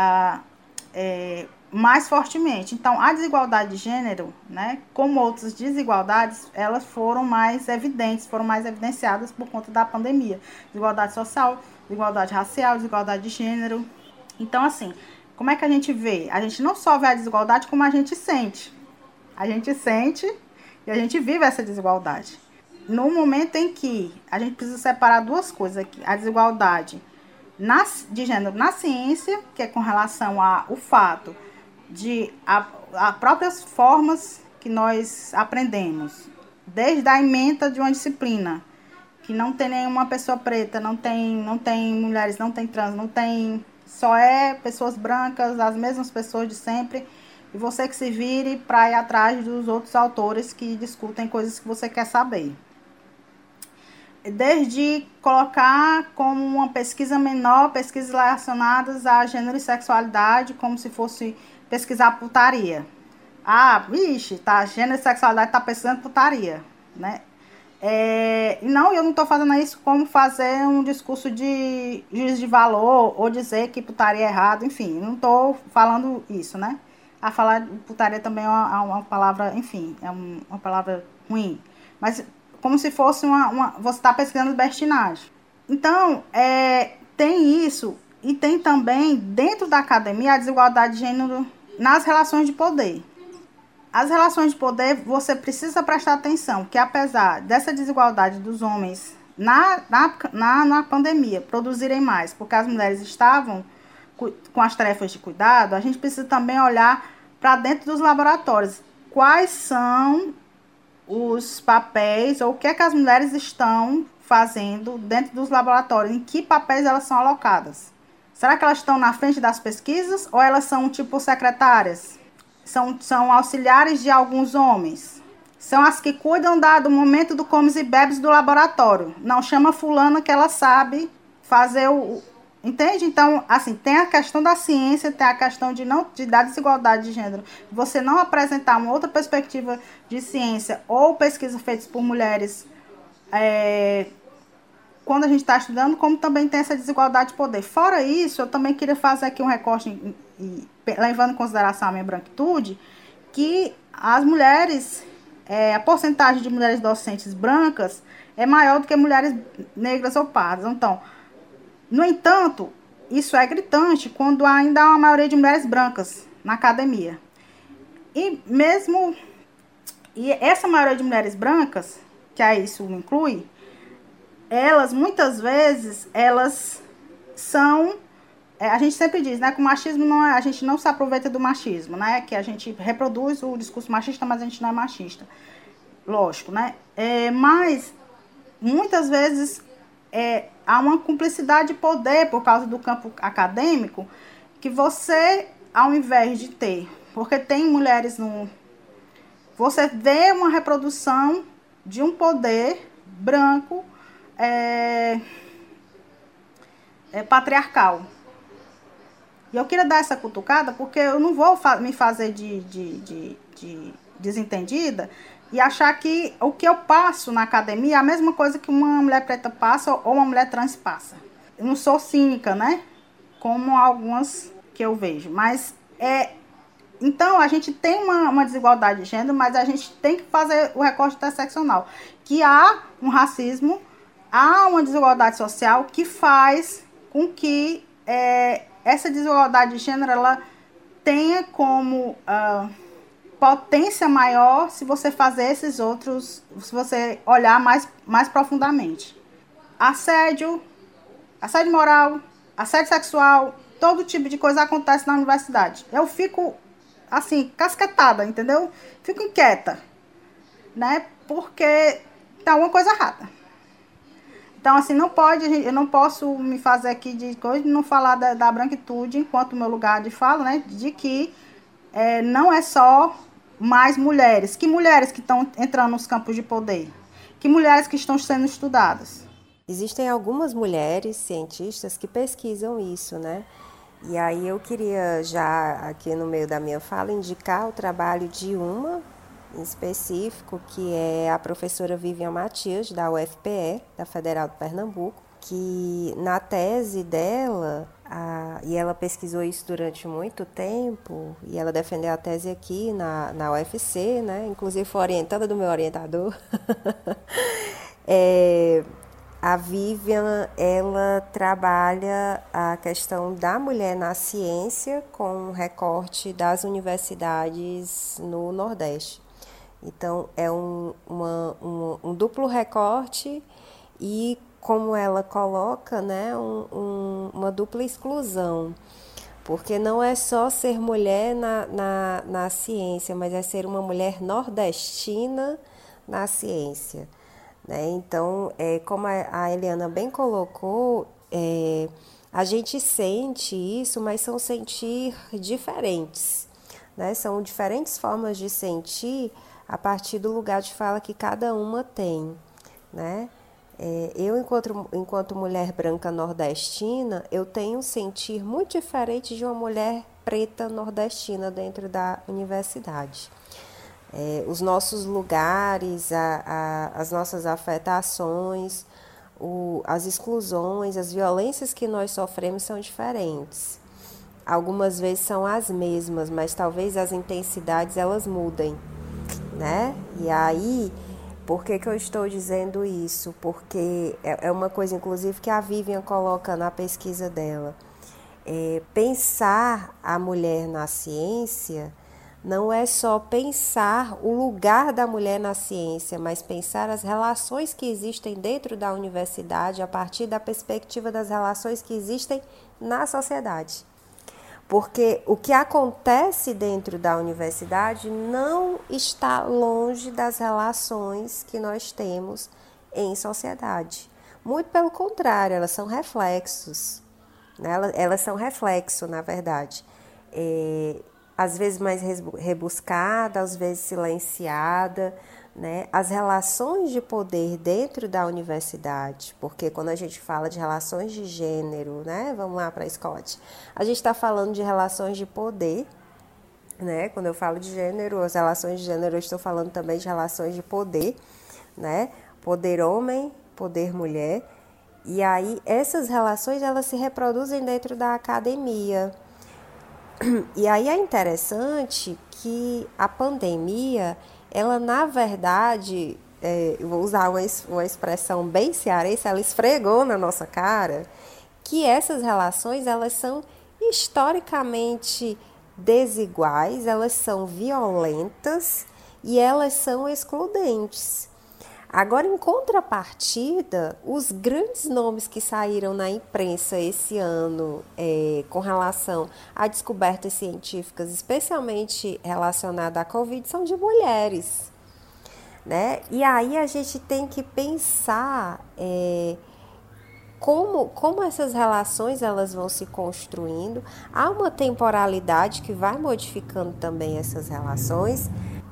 mais fortemente. Então, a desigualdade de gênero, né, como outras desigualdades, elas foram mais evidentes, foram mais evidenciadas por conta da pandemia. Desigualdade social, desigualdade racial, desigualdade de gênero. Então, assim, como é que a gente vê? A gente não só vê a desigualdade, como a gente sente. A gente sente e a gente vive essa desigualdade. No momento em que a gente precisa separar duas coisas aqui, a desigualdade de gênero na ciência, que é com relação ao fato de as próprias formas que nós aprendemos, desde a ementa de uma disciplina, que não tem nenhuma pessoa preta, não tem mulheres, não tem trans, só pessoas brancas, as mesmas pessoas de sempre, e você que se vire para ir atrás dos outros autores que discutem coisas que você quer saber. Desde colocar como uma pesquisa menor, pesquisas relacionadas a gênero e sexualidade, como se fosse pesquisar putaria. Gênero e sexualidade está pesquisando putaria, né? Não, eu não estou fazendo isso como fazer um discurso de juízo de valor ou dizer que putaria é errado, enfim, não estou falando isso, né? Falar de putaria também é uma palavra, enfim, é uma palavra ruim, mas como se fosse você está pesquisando libertinagem. Então, tem isso, e tem também, dentro da academia, a desigualdade de gênero nas relações de poder. As relações de poder, você precisa prestar atenção, que apesar dessa desigualdade dos homens na pandemia produzirem mais, porque as mulheres estavam com as tarefas de cuidado, a gente precisa também olhar para dentro dos laboratórios. Quais são os papéis, ou o que é que as mulheres estão fazendo dentro dos laboratórios, em que papéis elas são alocadas? Será que elas estão na frente das pesquisas ou elas são tipo secretárias? São auxiliares de alguns homens? São as que cuidam do momento do comes e bebes do laboratório? Não, chama fulana que ela sabe fazer Entende? Então, assim, tem a questão da ciência, tem a questão da desigualdade de gênero. Você não apresentar uma outra perspectiva de ciência ou pesquisa feitas por mulheres quando a gente está estudando, como também tem essa desigualdade de poder. Fora isso, eu também queria fazer aqui um recorte, levando em consideração a minha branquitude, que as mulheres, a porcentagem de mulheres docentes brancas é maior do que mulheres negras ou pardas. Então, no entanto, isso é gritante quando ainda há uma maioria de mulheres brancas na academia. E mesmo E essa maioria de mulheres brancas, que aí isso inclui, elas, muitas vezes, elas são... a gente sempre diz, né, que o machismo não é... A gente não se aproveita do machismo, né? Que a gente reproduz o discurso machista, mas a gente não é machista. Lógico, né? Mas, muitas vezes, há uma cumplicidade de poder por causa do campo acadêmico, que você, ao invés de ter... Porque tem mulheres no... Você vê uma reprodução de um poder branco patriarcal. E eu queria dar essa cutucada, porque eu não vou me fazer de desentendida e achar que o que eu passo na academia é a mesma coisa que uma mulher preta passa ou uma mulher trans passa. Eu não sou cínica, né? Como algumas que eu vejo. Mas então, a gente tem uma desigualdade de gênero, mas a gente tem que fazer o recorte interseccional. Que há um racismo, há uma desigualdade social que faz com que essa desigualdade de gênero ela tenha como potência maior se você fazer esses outros, se você olhar mais profundamente. Assédio moral, assédio sexual, todo tipo de coisa acontece na universidade. Eu fico, assim, casquetada, entendeu? Fico inquieta, né? Porque tá alguma coisa errada. Então, assim, eu não posso me fazer aqui de coisa, não falar da branquitude, enquanto o meu lugar de fala, né? De que não é só mais mulheres. Que mulheres que estão entrando nos campos de poder? Que mulheres que estão sendo estudadas? Existem algumas mulheres cientistas que pesquisam isso, né? E aí eu queria já, aqui no meio da minha fala, indicar o trabalho de uma em específico, que é a professora Vivian Matias, da UFPE, da Federal de Pernambuco, que na tese dela, e ela pesquisou isso durante muito tempo, e ela defendeu a tese aqui na UFC, né? Inclusive foi orientada do meu orientador. A Vivian, ela trabalha a questão da mulher na ciência com um recorte das universidades no Nordeste. Então, é um duplo recorte e, como ela coloca, né, uma dupla exclusão. Porque não é só ser mulher na ciência, mas é ser uma mulher nordestina na ciência. Então, como a Eliana bem colocou, a gente sente isso, mas são sentir diferentes, né? São diferentes formas de sentir a partir do lugar de fala que cada uma tem, né? Eu, enquanto mulher branca nordestina, eu tenho um sentir muito diferente de uma mulher preta nordestina dentro da universidade. Os nossos lugares, as nossas afetações, as exclusões, as violências que nós sofremos são diferentes. Algumas vezes são as mesmas, mas talvez as intensidades elas mudem, né? E aí, por que eu estou dizendo isso? Porque é uma coisa, inclusive, que a Vivian coloca na pesquisa dela. Pensar a mulher na ciência não é só pensar o lugar da mulher na ciência, mas pensar as relações que existem dentro da universidade a partir da perspectiva das relações que existem na sociedade. Porque o que acontece dentro da universidade não está longe das relações que nós temos em sociedade. Muito pelo contrário, elas são reflexos, né? Elas são reflexo, na verdade. Às vezes mais rebuscada, às vezes silenciada, né? As relações de poder dentro da universidade, porque quando a gente fala de relações de gênero, né? Vamos lá para a Scott, a gente está falando de relações de poder, né? Quando eu falo de gênero, as relações de gênero, eu estou falando também de relações de poder, né? Poder homem, poder mulher, e aí essas relações elas se reproduzem dentro da academia. E aí é interessante que a pandemia, ela na verdade, eu vou usar uma expressão bem cearense, ela esfregou na nossa cara que essas relações elas são historicamente desiguais, elas são violentas e elas são excludentes. Agora, em contrapartida, os grandes nomes que saíram na imprensa esse ano com relação a descobertas científicas, especialmente relacionadas à Covid, são de mulheres, né? E aí a gente tem que pensar como essas relações elas vão se construindo. Há uma temporalidade que vai modificando também essas relações.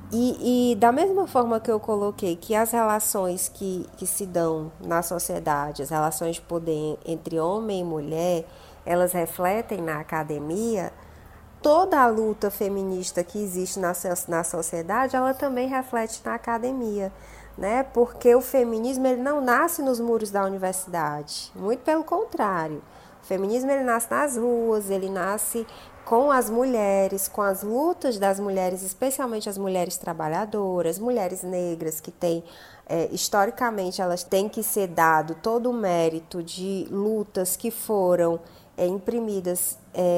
E da mesma forma que eu coloquei que as relações que se dão na sociedade, as relações de poder entre homem e mulher, elas refletem na academia, toda a luta feminista que existe na sociedade, ela também reflete na academia, né? Porque o feminismo ele não nasce nos muros da universidade, muito pelo contrário. O feminismo ele nasce nas ruas, ele nasce com as mulheres, com as lutas das mulheres, especialmente as mulheres trabalhadoras, mulheres negras que têm, historicamente, elas têm que ser dado todo o mérito de lutas que foram imprimidas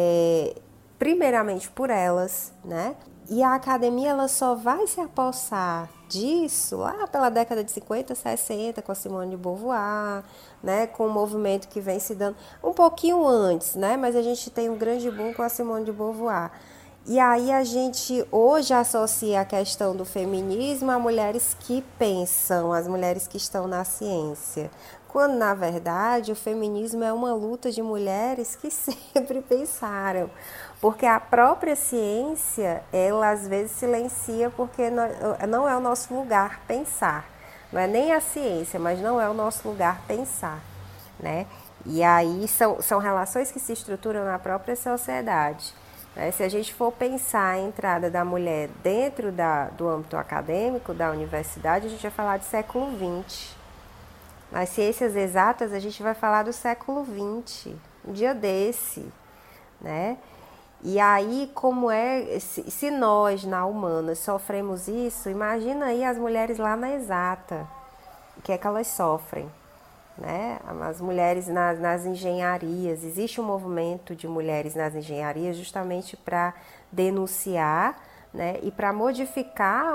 primeiramente por elas, né? E a academia ela só vai se apossar disso lá pela década de 50, 60, com a Simone de Beauvoir, né, com o movimento que vem se dando um pouquinho antes, né, mas a gente tem um grande boom com a Simone de Beauvoir. E aí a gente hoje associa a questão do feminismo a mulheres que pensam, as mulheres que estão na ciência, quando na verdade o feminismo é uma luta de mulheres que sempre pensaram. Porque a própria ciência, ela às vezes silencia porque não é o nosso lugar pensar. Não é nem a ciência, mas não é o nosso lugar pensar, né? E aí são relações que se estruturam na própria sociedade, né? Se a gente for pensar a entrada da mulher dentro do âmbito acadêmico, da universidade, a gente vai falar do século XX. Nas ciências exatas, a gente vai falar do século XX, um dia desse, né? E aí, como se nós, na humanas, sofremos isso, imagina aí as mulheres lá na exata, o que é que elas sofrem, né? As mulheres nas engenharias, existe um movimento de mulheres nas engenharias justamente para denunciar, né? E para modificar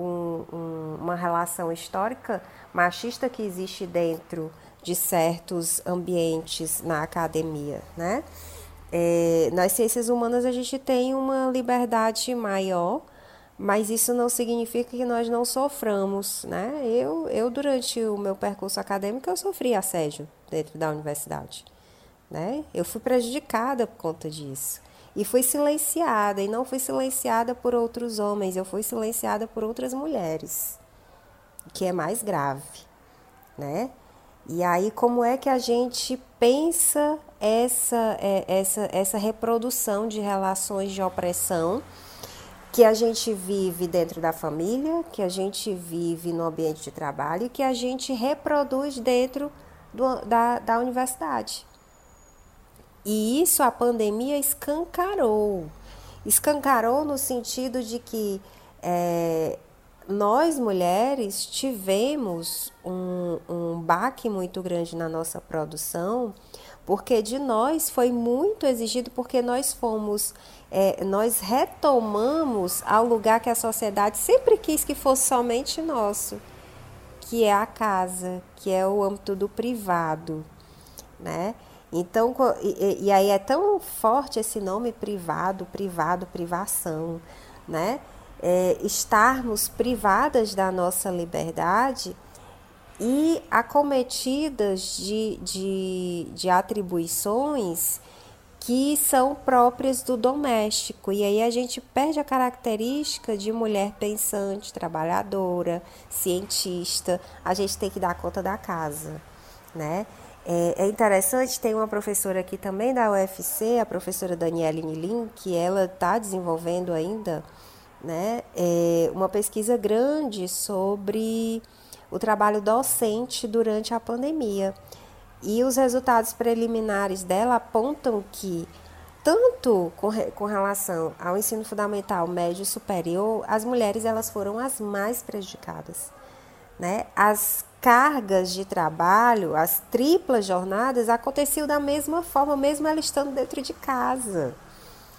uma relação histórica machista que existe dentro de certos ambientes na academia, né? Nas ciências humanas a gente tem uma liberdade maior, mas isso não significa que nós não soframos, né? Eu durante o meu percurso acadêmico, eu sofri assédio dentro da universidade, né? Eu fui prejudicada por conta disso. E fui silenciada, e não fui silenciada por outros homens, eu fui silenciada por outras mulheres, que é mais grave, né? E aí, como é que a gente pensa essa reprodução de relações de opressão que a gente vive dentro da família, que a gente vive no ambiente de trabalho e que a gente reproduz dentro da universidade? E isso a pandemia escancarou. Escancarou no sentido de que nós, mulheres, tivemos um baque muito grande na nossa produção, porque de nós foi muito exigido, porque nós retomamos ao lugar que a sociedade sempre quis que fosse somente nosso, que é a casa, que é o âmbito do privado, né? Então, e aí é tão forte esse nome privado, privação, né? Estarmos privadas da nossa liberdade e acometidas de atribuições que são próprias do doméstico. E aí a gente perde a característica de mulher pensante, trabalhadora, cientista. A gente tem que dar conta da casa, né? É interessante, tem uma professora aqui também da UFC, a professora Daniele Nilin, que ela está desenvolvendo ainda, né, uma pesquisa grande sobre o trabalho docente durante a pandemia. E os resultados preliminares dela apontam que, tanto com relação ao ensino fundamental, médio e superior, as mulheres elas foram as mais prejudicadas, né? As cargas de trabalho, as triplas jornadas aconteciam da mesma forma, mesmo ela estando dentro de casa.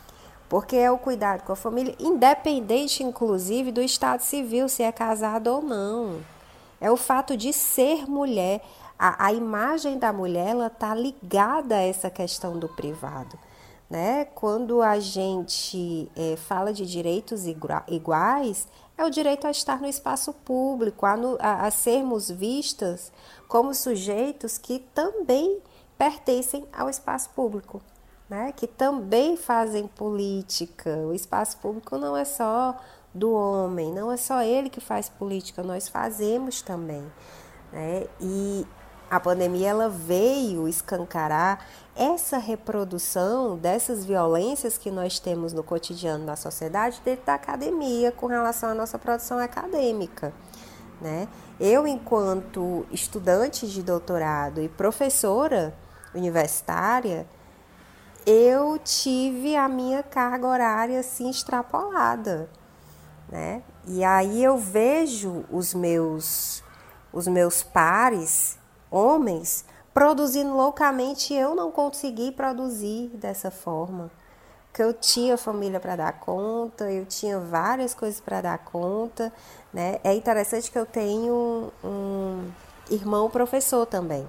porque é o cuidado com a família, independente, inclusive, do estado civil, se é casado ou não. É o fato de ser mulher. A imagem da mulher, ela está ligada a essa questão do privado, né? Quando a gente fala de direitos iguais, é o direito a estar no espaço público, a sermos vistas como sujeitos que também pertencem ao espaço público, né? Que também fazem política. O espaço público não é só do homem, não é só ele que faz política, nós fazemos também, né? E a pandemia ela veio escancarar essa reprodução dessas violências que nós temos no cotidiano da sociedade dentro da academia com relação à nossa produção acadêmica, né? Eu, enquanto estudante de doutorado e professora universitária, eu tive a minha carga horária assim extrapolada, né? E aí eu vejo os meus pares, homens, produzindo loucamente, e eu não consegui produzir dessa forma. Porque eu tinha família para dar conta, eu tinha várias coisas para dar conta, né? É interessante que eu tenho um irmão professor também.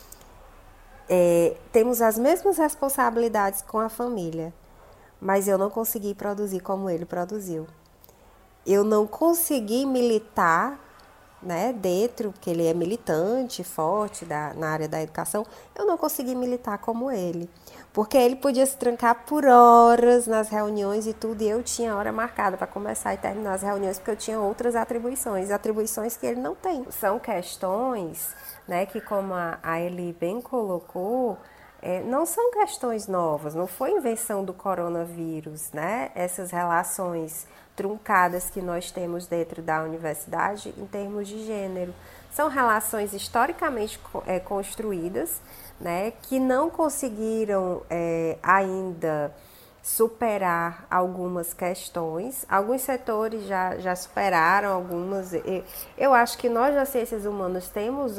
Temos as mesmas responsabilidades com a família, mas eu não consegui produzir como ele produziu. Eu não consegui militar, né, dentro, porque ele é militante, forte na área da educação, eu não consegui militar como ele. Porque ele podia se trancar por horas nas reuniões e tudo, e eu tinha hora marcada para começar e terminar as reuniões, porque eu tinha outras atribuições que ele não tem. São questões, né, que como a Eli bem colocou, não são questões novas, não foi invenção do coronavírus, né? Essas relações truncadas que nós temos dentro da universidade em termos de gênero. São relações historicamente construídas, né, que não conseguiram ainda superar algumas questões. Alguns setores já superaram algumas. Eu acho que nós das ciências humanas temos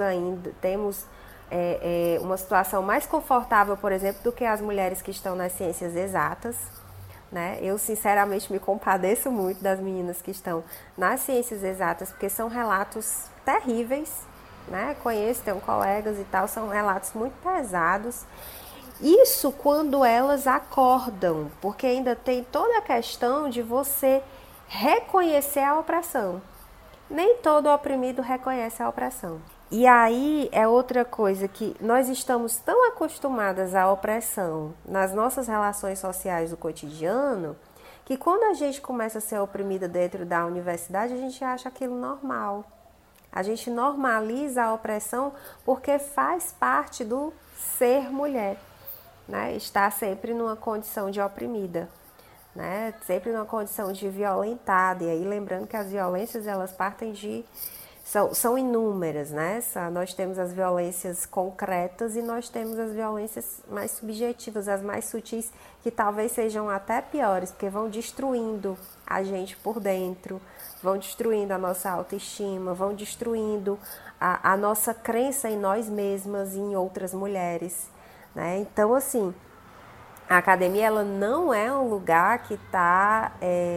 uma situação mais confortável, por exemplo, do que as mulheres que estão nas ciências exatas, né? Eu, sinceramente, me compadeço muito das meninas que estão nas ciências exatas, porque são relatos terríveis, né? Conheço, tenho colegas e tal, são relatos muito pesados. Isso quando elas acordam, porque ainda tem toda a questão de você reconhecer a opressão. Nem todo oprimido reconhece a opressão. E aí é outra coisa, que nós estamos tão acostumadas à opressão nas nossas relações sociais do cotidiano, que quando a gente começa a ser oprimida dentro da universidade, a gente acha aquilo normal. A gente normaliza a opressão porque faz parte do ser mulher, né? Estar sempre numa condição de oprimida, né? Sempre numa condição de violentada. E aí lembrando que as violências, elas partem de... São inúmeras, né? Nós temos as violências concretas e nós temos as violências mais subjetivas, as mais sutis, que talvez sejam até piores, porque vão destruindo a gente por dentro, vão destruindo a nossa autoestima, vão destruindo a nossa crença em nós mesmas e em outras mulheres, né? Então, assim, a academia, ela não é um lugar que está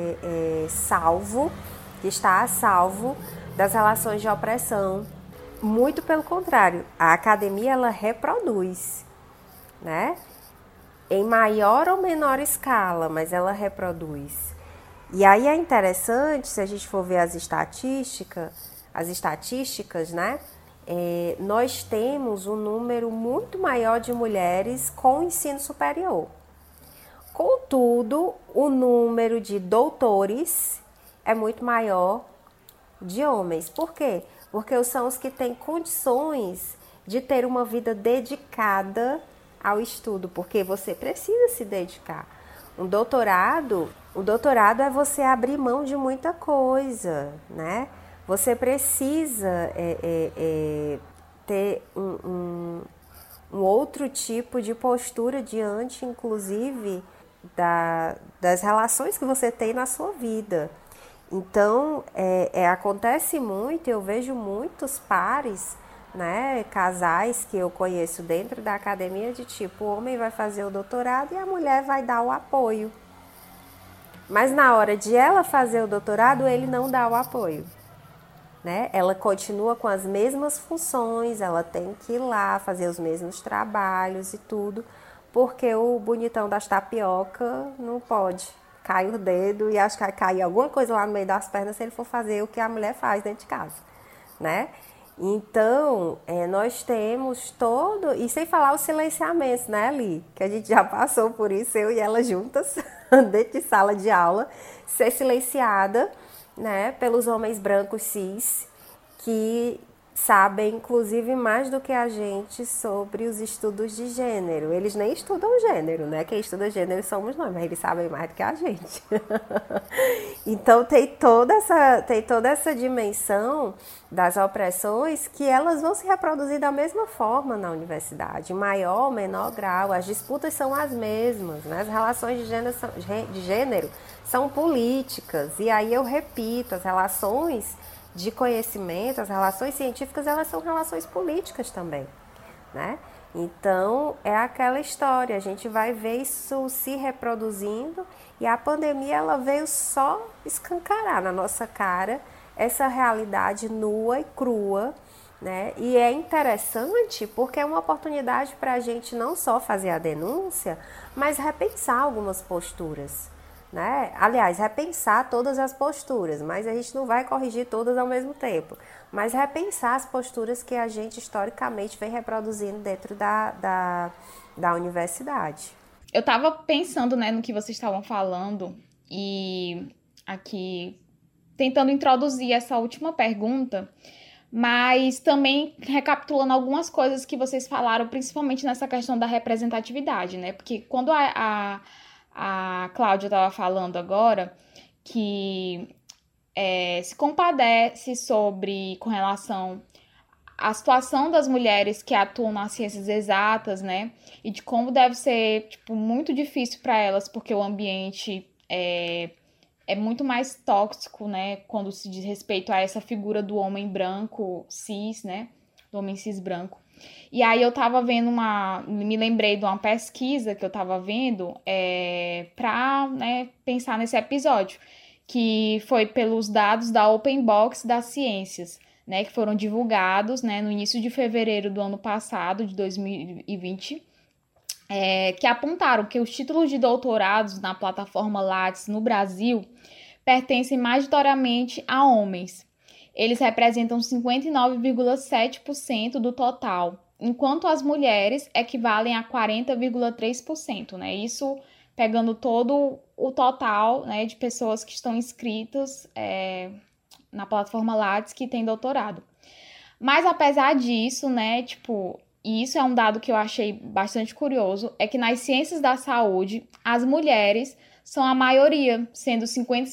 salvo, que está a salvo das relações de opressão. Muito pelo contrário, a academia, ela reproduz, né? Em maior ou menor escala, mas ela reproduz. E aí é interessante, se a gente for ver as estatísticas, né? Nós temos um número muito maior de mulheres com ensino superior. Contudo, o número de doutores é muito maior de homens. Por quê? Porque são os que têm condições de ter uma vida dedicada ao estudo, porque você precisa se dedicar. O doutorado é você abrir mão de muita coisa, né? Você precisa ter um outro tipo de postura diante, inclusive, das relações que você tem na sua vida. Então, acontece muito, eu vejo muitos pares, né, casais que eu conheço dentro da academia, de tipo, o homem vai fazer o doutorado e a mulher vai dar o apoio, Mas na hora de ela fazer o doutorado, ele não dá o apoio, né? Ela continua com as mesmas funções, ela tem que ir lá fazer os mesmos trabalhos e tudo, porque o bonitão das tapioca não pode. Cai o dedo e acho que vai cair alguma coisa lá no meio das pernas se ele for fazer o que a mulher faz dentro de casa, né? Então, nós temos todo... E sem falar os silenciamentos, né, Li? Que a gente já passou por isso, eu e ela juntas, dentro de sala de aula, ser silenciada, né, pelos homens brancos cis, que sabem, inclusive, mais do que a gente sobre os estudos de gênero. Eles nem estudam gênero, né? Quem estuda gênero somos nós, mas eles sabem mais do que a gente. Então, tem toda essa dimensão das opressões que elas vão se reproduzir da mesma forma na universidade, em maior ou menor grau. As disputas são as mesmas, né? As relações de gênero são políticas. E aí eu repito, as relações de conhecimento, as relações científicas, elas são relações políticas também, né? Então, é aquela história, a gente vai ver isso se reproduzindo e a pandemia, ela veio só escancarar na nossa cara essa realidade nua e crua, né? E é interessante porque é uma oportunidade para a gente não só fazer a denúncia, mas repensar algumas posturas, né? Aliás, repensar todas as posturas, mas a gente não vai corrigir todas ao mesmo tempo. Mas repensar as posturas que a gente historicamente vem reproduzindo dentro da universidade. Eu estava pensando, né, no que vocês estavam falando e aqui tentando introduzir essa última pergunta, mas também recapitulando algumas coisas que vocês falaram, principalmente nessa questão da representatividade, né? Porque quando a Cláudia estava falando agora que se compadece com relação à situação das mulheres que atuam nas ciências exatas, né? E de como deve ser, tipo, muito difícil para elas, porque o ambiente é muito mais tóxico, né? Quando se diz respeito a essa figura do homem branco cis, né? Do homem cis branco. E aí eu tava vendo me lembrei de uma pesquisa que eu tava vendo para, né, pensar nesse episódio, que foi pelos dados da Open Box das Ciências, né, que foram divulgados, né, no início de fevereiro do ano passado, de 2020, que apontaram que os títulos de doutorados na plataforma Lattes no Brasil pertencem majoritariamente a homens. Eles representam 59,7% do total, enquanto as mulheres equivalem a 40,3%, né? Isso pegando todo o total, né, de pessoas que estão inscritas na plataforma Lattes que tem doutorado. Mas apesar disso, né, tipo, e isso é um dado que eu achei bastante curioso, é que nas ciências da saúde, as mulheres são a maioria, sendo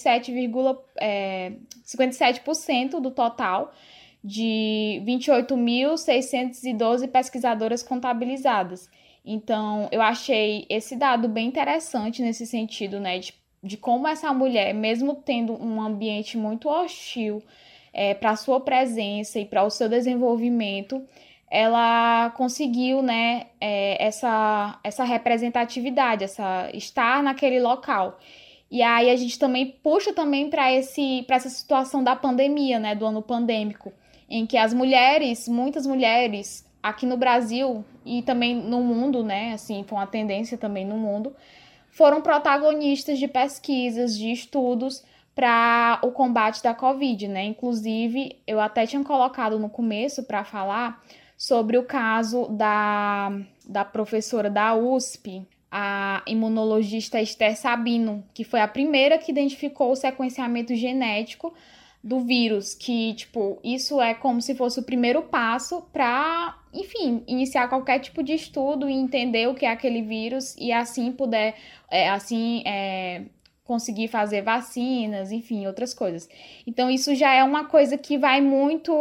57% do total de 28.612 pesquisadoras contabilizadas. Então, eu achei esse dado bem interessante nesse sentido, né, de como essa mulher, mesmo tendo um ambiente muito hostil para a sua presença e para o seu desenvolvimento, ela conseguiu, né, essa representatividade, estar naquele local. E aí a gente também puxa também para essa situação da pandemia, né, do ano pandêmico, em que as mulheres, muitas mulheres aqui no Brasil e também no mundo, né, assim, foi uma tendência também no mundo, foram protagonistas de pesquisas, de estudos para o combate da Covid, né? Inclusive, eu até tinha colocado no começo para falar sobre o caso da professora da USP, a imunologista Esther Sabino, que foi a primeira que identificou o sequenciamento genético do vírus, que, tipo, isso é como se fosse o primeiro passo para, enfim, iniciar qualquer tipo de estudo e entender o que é aquele vírus e assim conseguir fazer vacinas, enfim, outras coisas. Então, isso já é uma coisa que vai muito,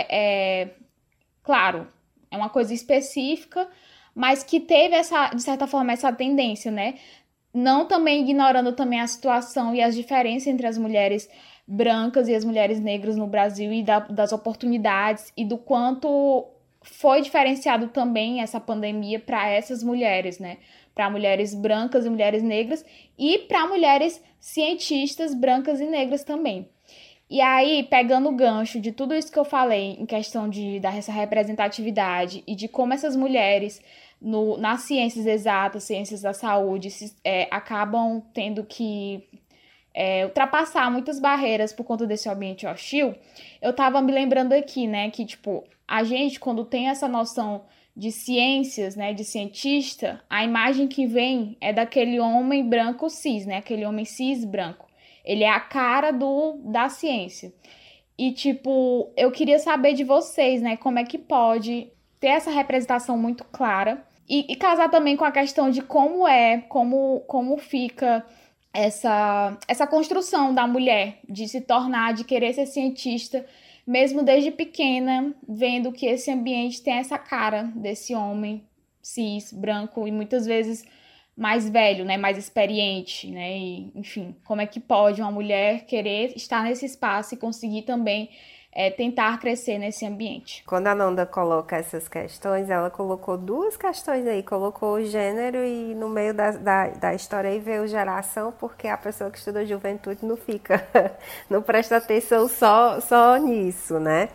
claro, é uma coisa específica, mas que teve de certa forma, essa tendência, né? Não também ignorando também a situação e as diferenças entre as mulheres brancas e as mulheres negras no Brasil e das oportunidades e do quanto foi diferenciado também essa pandemia para essas mulheres, né? para mulheres brancas e mulheres negras e para mulheres cientistas brancas e negras também. E aí, pegando o gancho de tudo isso que eu falei em questão dessa representatividade e de como essas mulheres nas ciências exatas, ciências da saúde, acabam tendo que ultrapassar muitas barreiras por conta desse ambiente hostil, eu tava me lembrando aqui, né, que, tipo, a gente, quando tem essa noção de ciências, né, de cientista, a imagem que vem é daquele homem branco cis, né, aquele homem cis branco. Ele é a cara da ciência. E, tipo, eu queria saber de vocês, né, como é que pode ter essa representação muito clara e casar também com a questão de como fica essa construção da mulher de se tornar, de querer ser cientista, mesmo desde pequena, vendo que esse ambiente tem essa cara desse homem cis, branco e muitas vezes mais velho, né, mais experiente, né, e, enfim, como é que pode uma mulher querer estar nesse espaço e conseguir também tentar crescer nesse ambiente. Quando a Nanda coloca essas questões, ela colocou duas questões aí, colocou o gênero e no meio da história aí veio geração, porque a pessoa que estuda juventude não fica, não presta atenção só nisso, né?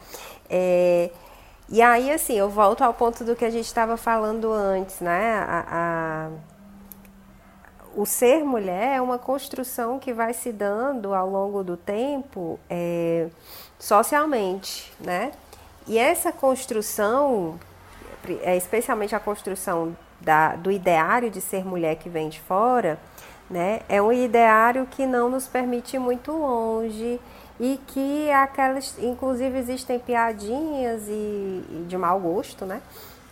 E aí, assim, eu volto ao ponto do que a gente estava falando antes, né? O ser mulher é uma construção que vai se dando ao longo do tempo, socialmente, né? E essa construção, especialmente a construção do ideário de ser mulher que vem de fora, né? É um ideário que não nos permite ir muito longe e que inclusive existem piadinhas e de mau gosto, né?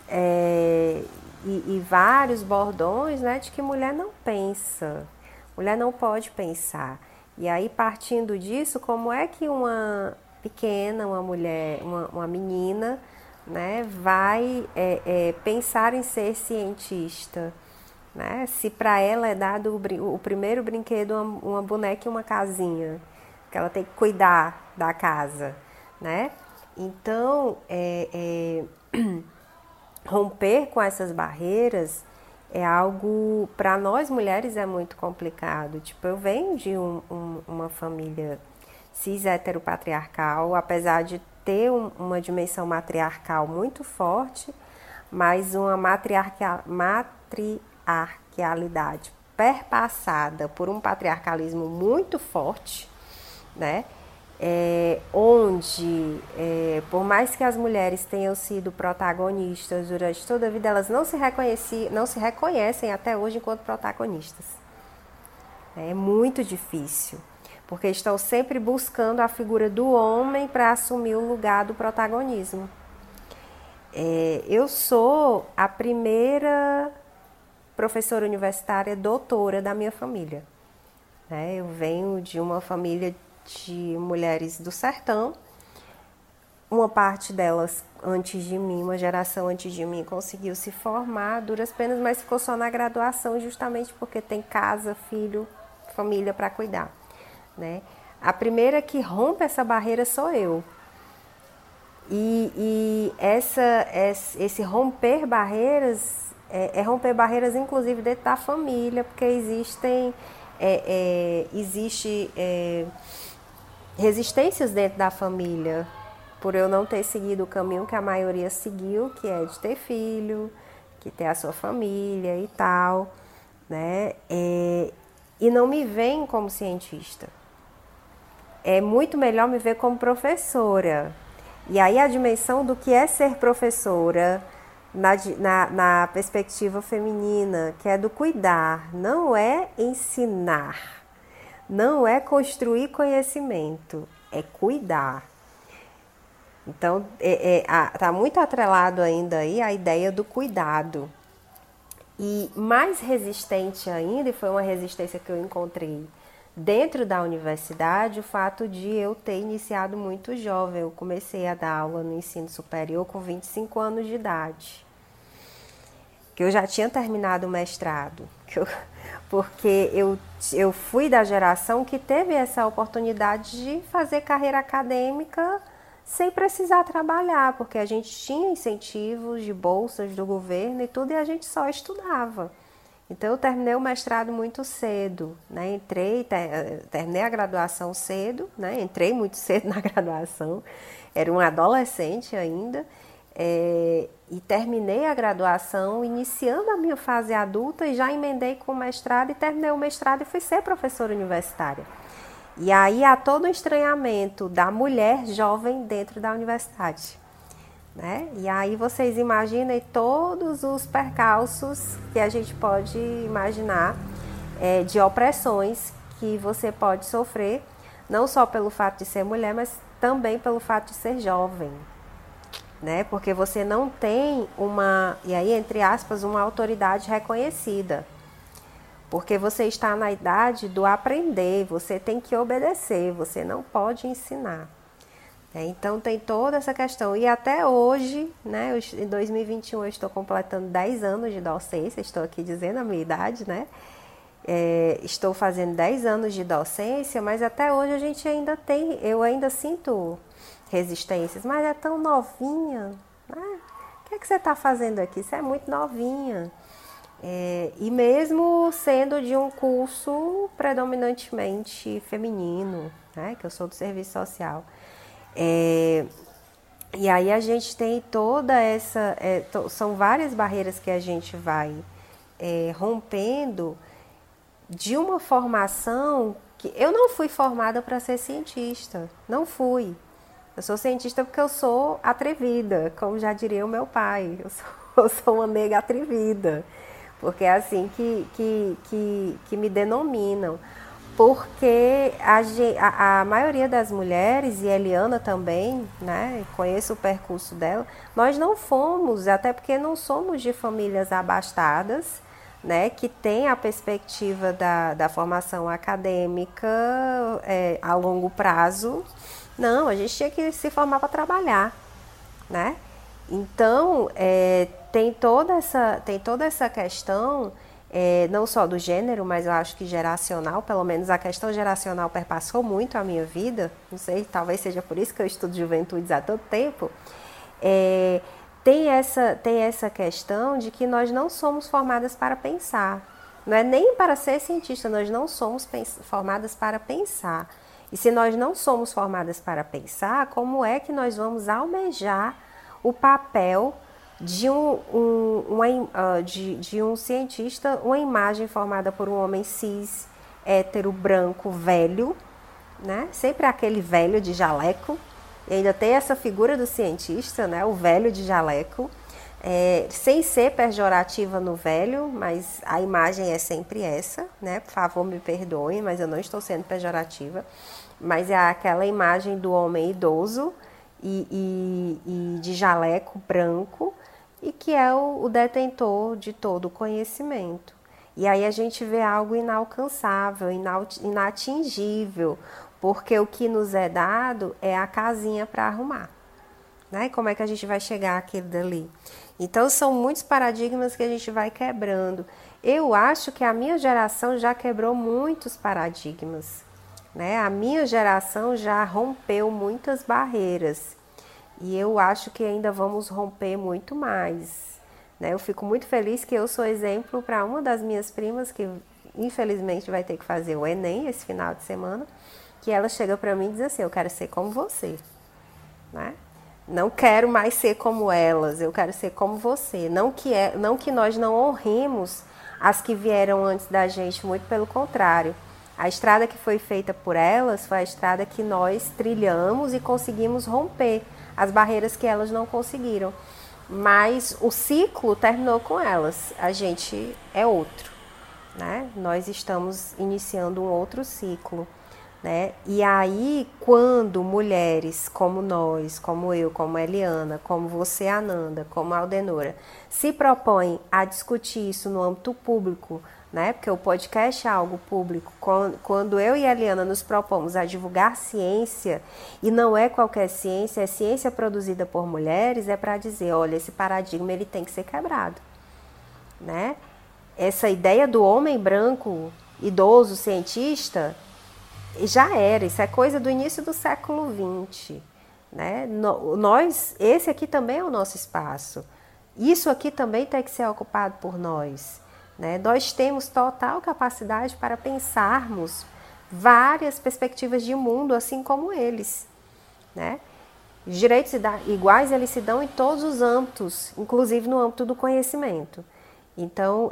E vários bordões, né? De que mulher não pensa, mulher não pode pensar. E aí, partindo disso, como é que uma mulher, uma menina, né, vai pensar em ser cientista, né? Se para ela é dado o primeiro brinquedo, uma boneca e uma casinha, que ela tem que cuidar da casa, né? Então, romper com essas barreiras é algo, para nós mulheres, é muito complicado. Tipo, eu venho de uma família cis heteropatriarcal, apesar de ter uma dimensão matriarcal muito forte, mas uma matriarcalidade perpassada por um patriarcalismo muito forte, né? Onde, por mais que as mulheres tenham sido protagonistas durante toda a vida, elas não se reconhecem até hoje enquanto protagonistas. É muito difícil, porque estão sempre buscando a figura do homem para assumir o lugar do protagonismo. Eu sou a primeira professora universitária doutora da minha família, né? Eu venho de uma família de mulheres do sertão. Uma parte delas antes de mim, uma geração antes de mim, conseguiu se formar, duras penas, mas ficou só na graduação justamente porque tem casa, filho, família para cuidar, né? A primeira que rompe essa barreira sou eu. E esse romper barreiras romper barreiras inclusive dentro da família, porque existe resistências dentro da família por eu não ter seguido o caminho que a maioria seguiu, que é de ter filho, que ter a sua família e tal, né? E não me veem como cientista. É muito melhor me ver como professora. E aí a dimensão do que é ser professora na perspectiva feminina, que é do cuidar, não é ensinar, não é construir conhecimento, é cuidar. Então, está muito atrelado ainda aí a ideia do cuidado. E mais resistente ainda, e foi uma resistência que eu encontrei dentro da universidade, o fato de eu ter iniciado muito jovem. Eu comecei a dar aula no ensino superior com 25 anos de idade. Que eu já tinha terminado o mestrado. Porque eu fui da geração que teve essa oportunidade de fazer carreira acadêmica sem precisar trabalhar, porque a gente tinha incentivos de bolsas do governo e tudo, e a gente só estudava. Então, eu terminei o mestrado muito cedo, né? Terminei a graduação cedo, né? Entrei muito cedo na graduação, era um adolescente ainda, e terminei a graduação iniciando a minha fase adulta e já emendei com o mestrado e terminei o mestrado e fui ser professora universitária. E aí há todo o estranhamento da mulher jovem dentro da universidade, né? E aí vocês imaginem todos os percalços que a gente pode imaginar de opressões que você pode sofrer, não só pelo fato de ser mulher, mas também pelo fato de ser jovem, né? Porque você não tem e aí entre aspas, uma autoridade reconhecida. Porque você está na idade do aprender, você tem que obedecer, você não pode ensinar. Então tem toda essa questão. E até hoje, né, em 2021 eu estou completando 10 anos de docência, estou aqui dizendo a minha idade, né? Estou fazendo 10 anos de docência, mas até hoje a gente eu ainda sinto resistências, mas é tão novinha, né? O que é que você está fazendo aqui? Você é muito novinha. E mesmo sendo de um curso predominantemente feminino, né, que eu sou do serviço social. E aí a gente tem toda essa... são várias barreiras que a gente vai rompendo de uma formação que... Eu não fui formada para ser cientista, não fui. Eu sou cientista porque eu sou atrevida, como já diria o meu pai. Eu sou uma nega atrevida. Porque é assim que me denominam. Porque a maioria das mulheres, e a Eliana também, né, conheço o percurso dela, nós não fomos, até porque não somos de famílias abastadas, né, que tem a perspectiva da formação acadêmica a longo prazo. Não, a gente tinha que se formar para trabalhar, né? Então, tem toda essa questão, não só do gênero, mas eu acho que geracional, pelo menos a questão geracional perpassou muito a minha vida, não sei, talvez seja por isso que eu estudo juventudes há tanto tempo. Tem essa questão de que nós não somos formadas para pensar, não é nem para ser cientista, nós não somos formadas para pensar. E se nós não somos formadas para pensar, como é que nós vamos almejar o papel de um cientista, uma imagem formada por um homem cis, hétero, branco, velho, né? Sempre aquele velho de jaleco, e ainda tem essa figura do cientista, né? O velho de jaleco, sem ser pejorativa no velho, mas a imagem é sempre essa, né? Por favor, me perdoem, mas eu não estou sendo pejorativa, mas é aquela imagem do homem idoso, e de jaleco branco, e que é o detentor de todo o conhecimento. E aí a gente vê algo inalcançável, inatingível, porque o que nos é dado é a casinha para arrumar, né? E como é que a gente vai chegar àquilo dali? Então são muitos paradigmas que a gente vai quebrando. Eu acho que a minha geração já quebrou muitos paradigmas, né? A minha geração já rompeu muitas barreiras e eu acho que ainda vamos romper muito mais, né? Eu fico muito feliz que eu sou exemplo para uma das minhas primas que infelizmente vai ter que fazer o Enem esse final de semana, que ela chega para mim e diz assim: eu quero ser como você, né? Não quero mais ser como elas, eu quero ser como você. Não que nós não honremos as que vieram antes da gente, muito pelo contrário. A estrada que foi feita por elas foi a estrada que nós trilhamos e conseguimos romper as barreiras que elas não conseguiram. Mas o ciclo terminou com elas, a gente é outro, né? Nós estamos iniciando um outro ciclo, né? E aí, quando mulheres como nós, como eu, como a Eliana, como você, Ananda, como a Aldenora, se propõem a discutir isso no âmbito público, né? Porque o podcast é algo público. Quando eu e a Eliana nos propomos a divulgar ciência, e não é qualquer ciência, é ciência produzida por mulheres, é para dizer, olha, esse paradigma ele tem que ser quebrado, né? Essa ideia do homem branco, idoso, cientista, já era, isso é coisa do início do século XX, né? Esse aqui também é o nosso espaço, isso aqui também tem que ser ocupado por nós, né? Nós temos total capacidade para pensarmos várias perspectivas de mundo, assim como eles, né? Os direitos iguais, eles se dão em todos os âmbitos, inclusive no âmbito do conhecimento. Então,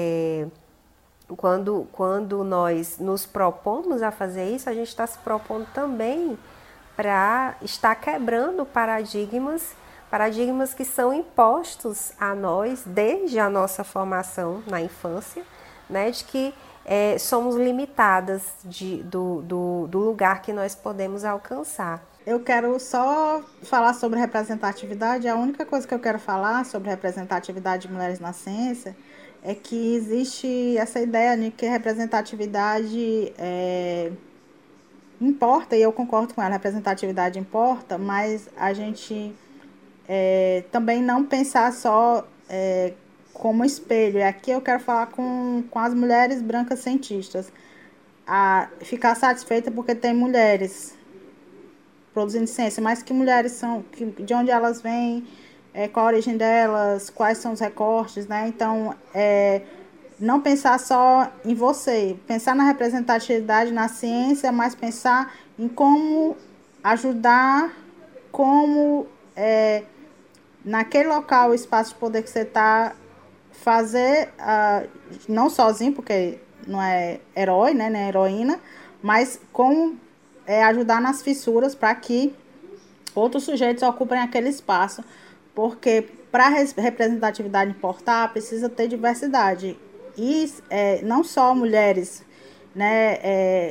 quando nós nos propomos a fazer isso, a gente está se propondo também para estar quebrando paradigmas que são impostos a nós desde a nossa formação na infância, né, de que somos limitadas do lugar que nós podemos alcançar. Eu quero só falar sobre representatividade. A única coisa que eu quero falar sobre representatividade de mulheres na ciência é que existe essa ideia de que representatividade importa, e eu concordo com ela, representatividade importa, mas a gente também não pensar só como espelho. E aqui eu quero falar com as mulheres brancas cientistas. Ficar satisfeita porque tem mulheres produzindo ciência, mas que mulheres são, de onde elas vêm, qual a origem delas, quais são os recortes, né? Então, não pensar só em você, pensar na representatividade na ciência, mas pensar em como ajudar, como naquele local, o espaço de poder que você está, fazer, não sozinho, porque não é herói, né, nem heroína, mas como ajudar nas fissuras para que outros sujeitos ocupem aquele espaço, porque para a representatividade importar, precisa ter diversidade, e não só mulheres, né,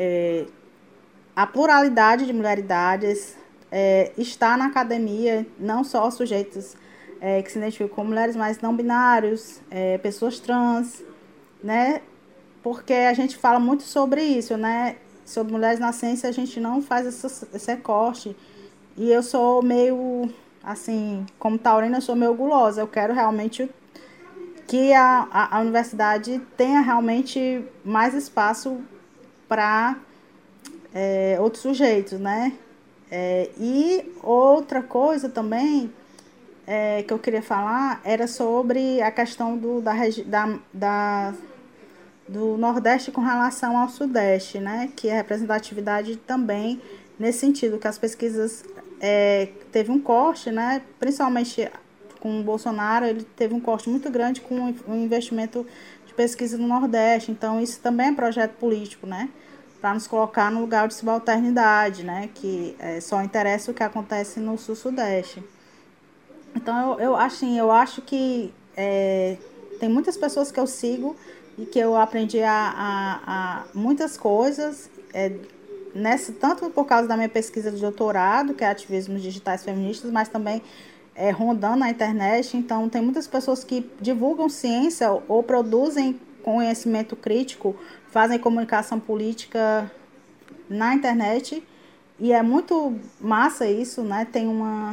a pluralidade de mulheridades está na academia, não só sujeitos que se identificam como mulheres, mas não binários, pessoas trans, né, porque a gente fala muito sobre isso, né, sobre mulheres na ciência, a gente não faz esse recorte. E eu sou meio, assim, como taurina, eu sou meio gulosa. Eu quero realmente que a universidade tenha realmente mais espaço para outros sujeitos, né? E outra coisa também que eu queria falar era sobre a questão do Nordeste com relação ao Sudeste, né? Que é representatividade também nesse sentido, que as pesquisas teve um corte, né? Principalmente com o Bolsonaro, ele teve um corte muito grande com o investimento de pesquisa no Nordeste. Então, isso também é projeto político, né? Para nos colocar no lugar de subalternidade, né? Que só interessa o que acontece no Sul-Sudeste. Então, eu acho que tem muitas pessoas que eu sigo e que eu aprendi a muitas coisas, tanto por causa da minha pesquisa de doutorado, que é ativismos digitais feministas, mas também rondando na internet. Então, tem muitas pessoas que divulgam ciência ou produzem conhecimento crítico, fazem comunicação política na internet, e é muito massa isso, né? Tem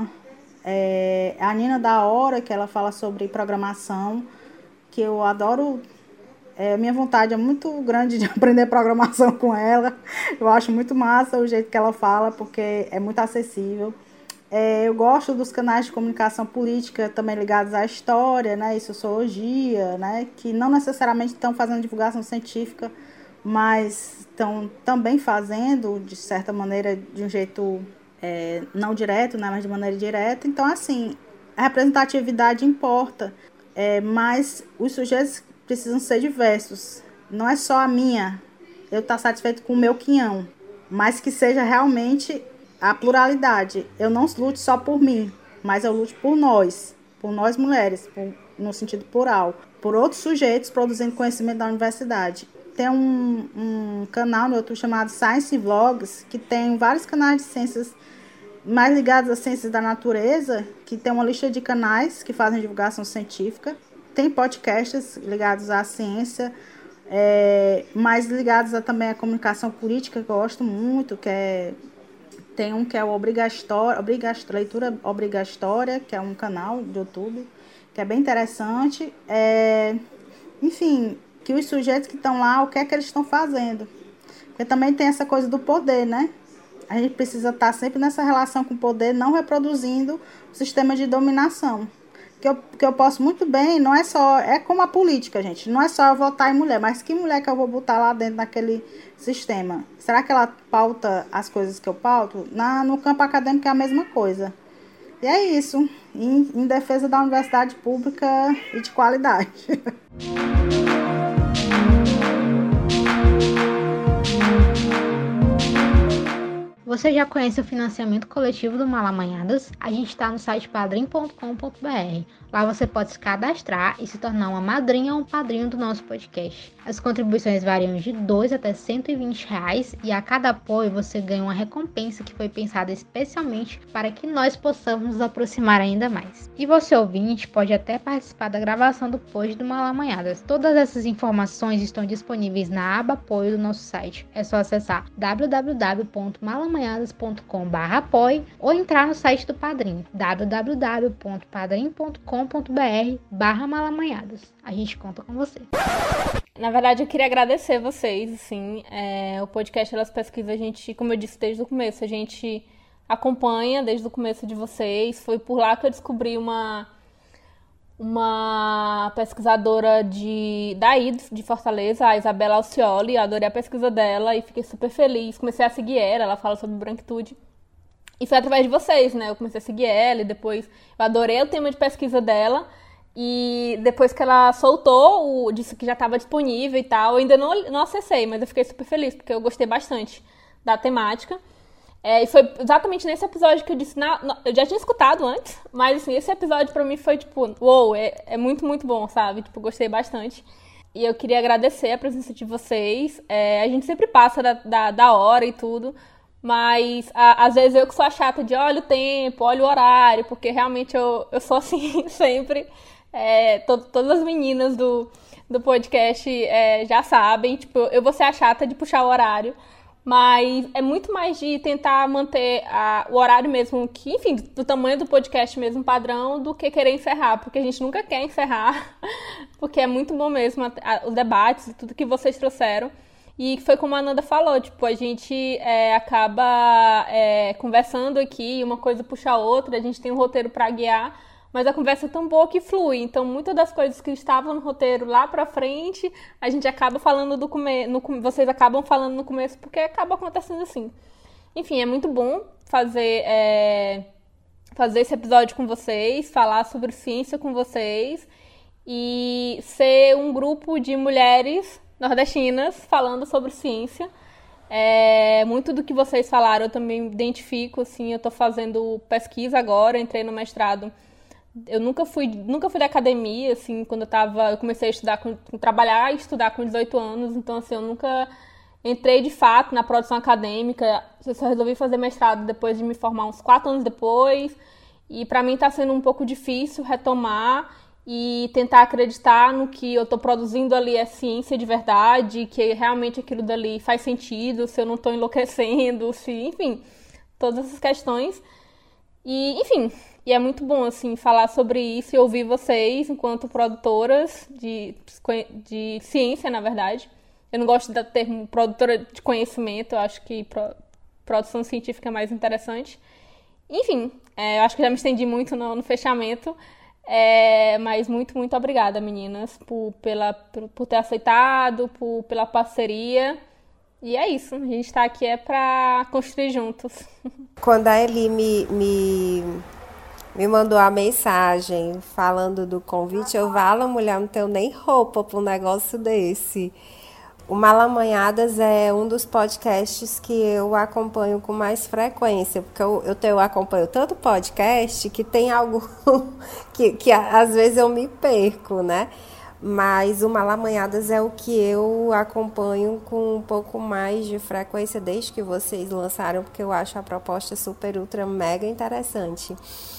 a Nina da Hora, que ela fala sobre programação, que eu adoro. Minha vontade é muito grande de aprender programação com ela. Eu acho muito massa o jeito que ela fala, porque é muito acessível. Eu gosto dos canais de comunicação política também ligados à história, né, e sociologia, né, que não necessariamente estão fazendo divulgação científica, mas estão também fazendo, de certa maneira, de um jeito não direto, né, mas de maneira direta. Então, assim, a representatividade importa, mas os sujeitos precisam ser diversos. Não é só a minha, eu estar satisfeito com o meu quinhão, mas que seja realmente a pluralidade. Eu não lute só por mim, mas eu lute por nós mulheres, no sentido plural, por outros sujeitos produzindo conhecimento da universidade. Tem um canal no YouTube chamado Science Vlogs, que tem vários canais de ciências mais ligados às ciências da natureza, que tem uma lista de canais que fazem divulgação científica. Tem podcasts ligados à ciência, mais ligados também à comunicação política, que eu gosto muito, tem um que é o Leitura Obrigatória, que é um canal de YouTube, que é bem interessante. Enfim, que os sujeitos que estão lá, o que é que eles estão fazendo. Porque também tem essa coisa do poder, né? A gente precisa estar sempre nessa relação com o poder, não reproduzindo o sistema de dominação. que eu posso muito bem, não é só, é como a política, gente, não é só eu votar em mulher, mas que mulher que eu vou botar lá dentro daquele sistema? Será que ela pauta as coisas que eu pauto? No campo acadêmico é a mesma coisa. E é isso, em defesa da universidade pública e de qualidade. Você já conhece o financiamento coletivo do Malamanhadas? A gente está no site padrim.com.br. Lá você pode se cadastrar e se tornar uma madrinha ou um padrinho do nosso podcast. As contribuições variam de R$2 até R$120 e a cada apoio você ganha uma recompensa que foi pensada especialmente para que nós possamos nos aproximar ainda mais. E você, ouvinte, pode até participar da gravação do post do Malamanhadas. Todas essas informações estão disponíveis na aba apoio do nosso site. É só acessar www.malamanhadas.com/apoio ou entrar no site do Padrim, www.padrim.com.br/malamanhadas. A gente conta com você. Na verdade, eu queria agradecer vocês, assim, o podcast Elas Pesquisam, a gente, como eu disse desde o começo, a gente acompanha desde o começo de vocês. Foi por lá que eu descobri uma pesquisadora daí de Fortaleza, a Isabela Alcioli. Eu adorei a pesquisa dela e fiquei super feliz. Comecei a seguir ela fala sobre branquitude. E foi através de vocês, né? Eu comecei a seguir ela e depois eu adorei o tema de pesquisa dela. E depois que ela soltou, disse que já estava disponível e tal, eu ainda não acessei, mas eu fiquei super feliz, porque eu gostei bastante da temática. E foi exatamente nesse episódio que eu disse, eu já tinha escutado antes, mas assim, esse episódio pra mim foi tipo, uou, é muito, muito bom, sabe? Tipo, gostei bastante. E eu queria agradecer a presença de vocês. A gente sempre passa da hora e tudo, mas às vezes eu que sou a chata de olha o tempo, olha o horário, porque realmente eu sou assim sempre. Todas as meninas do podcast já sabem, tipo, eu vou ser a chata de puxar o horário, mas é muito mais de tentar manter o horário mesmo, que, enfim, do tamanho do podcast mesmo padrão, do que querer encerrar, porque a gente nunca quer encerrar, porque é muito bom mesmo os debates e tudo que vocês trouxeram. E foi como a Ananda falou, tipo, a gente acaba conversando aqui, uma coisa puxa a outra, a gente tem um roteiro para guiar, mas a conversa é tão boa que flui. Então, muitas das coisas que estavam no roteiro lá pra frente, a gente acaba falando do começo, vocês acabam falando no começo, porque acaba acontecendo assim. Enfim, é muito bom fazer esse episódio com vocês, falar sobre ciência com vocês e ser um grupo de mulheres nordestinas falando sobre ciência. Muito do que vocês falaram eu também identifico, assim, eu tô fazendo pesquisa agora, entrei no mestrado. Eu nunca fui da academia, assim, quando eu comecei a estudar, trabalhar e estudar com 18 anos, então, assim, eu nunca entrei de fato na produção acadêmica. Eu só resolvi fazer mestrado depois de me formar uns 4 anos depois, e para mim tá sendo um pouco difícil retomar e tentar acreditar no que eu tô produzindo ali é ciência de verdade, que realmente aquilo dali faz sentido, se eu não tô enlouquecendo, enfim, todas essas questões. E, enfim, e é muito bom, assim, falar sobre isso e ouvir vocês enquanto produtoras de ciência, na verdade. Eu não gosto do termo produtora de conhecimento, eu acho que produção científica é mais interessante. Enfim, eu acho que já me estendi muito no fechamento, mas muito, muito obrigada, meninas, por ter aceitado, pela parceria. E é isso, a gente tá aqui pra construir juntos. Quando a Eli me mandou a mensagem falando do convite, eu falo, mulher, não tenho nem roupa para um negócio desse. O Malamanhadas é um dos podcasts que eu acompanho com mais frequência, porque eu acompanho tanto podcast que tem algo que às vezes eu me perco, né? Mas o Malamanhadas é o que eu acompanho com um pouco mais de frequência desde que vocês lançaram, porque eu acho a proposta super, ultra, mega interessante.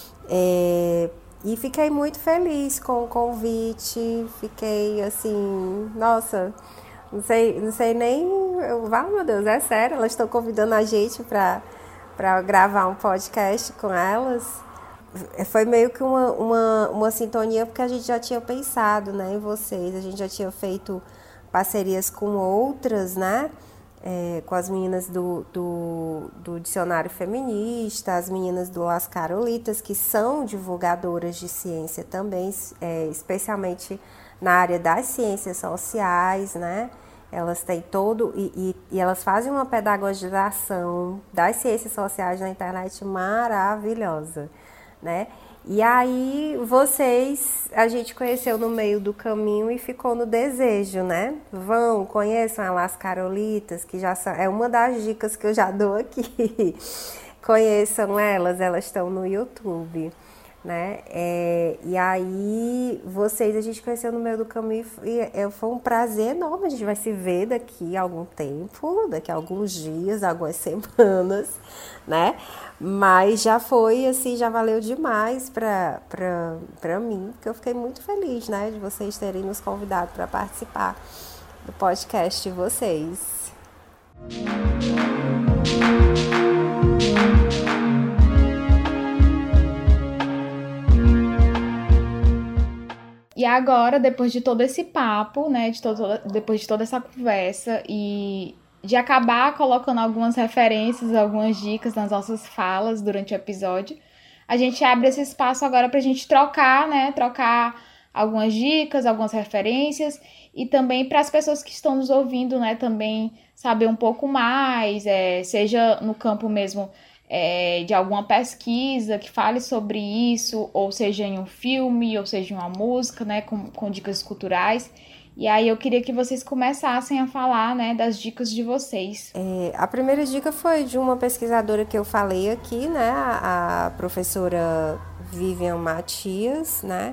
E fiquei muito feliz com o convite, fiquei assim, nossa, não sei nem, meu Deus, é sério, elas estão convidando a gente para gravar um podcast com elas. Foi meio que uma sintonia, porque a gente já tinha pensado, né, em vocês, a gente já tinha feito parcerias com outras, né, com as meninas do Dicionário Feminista, as meninas do Las Carolitas, que são divulgadoras de ciência também, especialmente na área das ciências sociais, né? Elas têm e elas fazem uma pedagogização das ciências sociais na internet maravilhosa, né? E aí a gente conheceu no meio do caminho e ficou no desejo, né? Conheçam a Las Carolitas, que é uma das dicas que eu já dou aqui. Conheçam elas estão no YouTube, né? E aí a gente conheceu no meio do caminho e foi um prazer enorme. A gente vai se ver daqui a algum tempo, daqui a alguns dias, algumas semanas, né? Mas já foi, assim, já valeu demais para mim, porque eu fiquei muito feliz, né, de vocês terem nos convidado para participar do podcast de vocês. E agora, depois de todo esse papo, né, depois de toda essa conversa e de acabar colocando algumas referências, algumas dicas nas nossas falas durante o episódio, a gente abre esse espaço agora para a gente trocar algumas dicas, algumas referências e também para as pessoas que estão nos ouvindo, né, também saber um pouco mais, seja no campo mesmo de alguma pesquisa que fale sobre isso, ou seja em um filme, ou seja em uma música, né, com dicas culturais. E aí eu queria que vocês começassem a falar, né, das dicas de vocês. A primeira dica foi de uma pesquisadora que eu falei aqui, né, a professora Vivian Matias, né.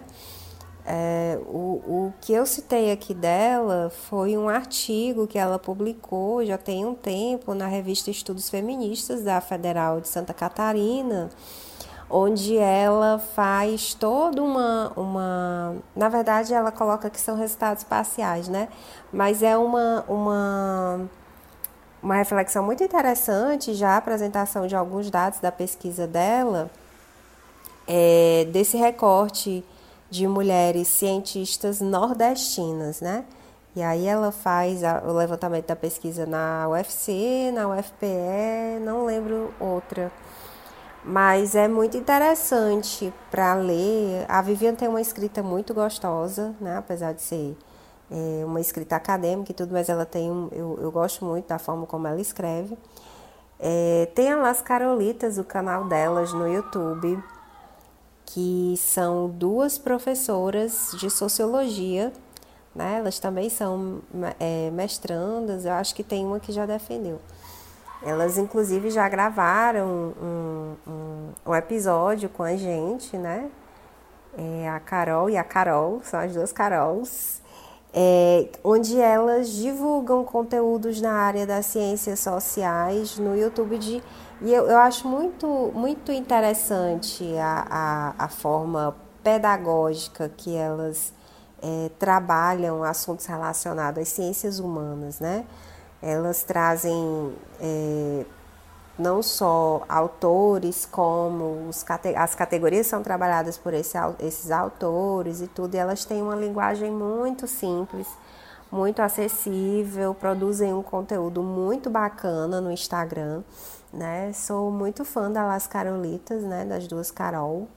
O que eu citei aqui dela foi um artigo que ela publicou já tem um tempo na revista Estudos Feministas da Federal de Santa Catarina, onde ela faz toda na verdade ela coloca que são resultados parciais, né? Mas é uma reflexão muito interessante, já a apresentação de alguns dados da pesquisa dela, desse recorte de mulheres cientistas nordestinas, né? E aí ela faz o levantamento da pesquisa na UFC, na UFPE, não lembro outra. Mas é muito interessante para ler. A Vivian tem uma escrita muito gostosa, né? Apesar de ser uma escrita acadêmica e tudo, mas ela tem eu gosto muito da forma como ela escreve. Tem a Las Carolitas, o canal delas no YouTube, que são duas professoras de sociologia, né? Elas também são mestrandas, eu acho que tem uma que já defendeu. Elas, inclusive, já gravaram um episódio com a gente, né? A Carol e a Carol, são as duas Carols, onde elas divulgam conteúdos na área das ciências sociais no YouTube. E eu acho muito, muito interessante a forma pedagógica que elas trabalham assuntos relacionados às ciências humanas, né? Elas trazem não só autores, como as categorias são trabalhadas por esses autores e tudo, e elas têm uma linguagem muito simples, muito acessível, produzem um conteúdo muito bacana no Instagram, né? Sou muito fã da Las Carolitas, né? Das duas Carol.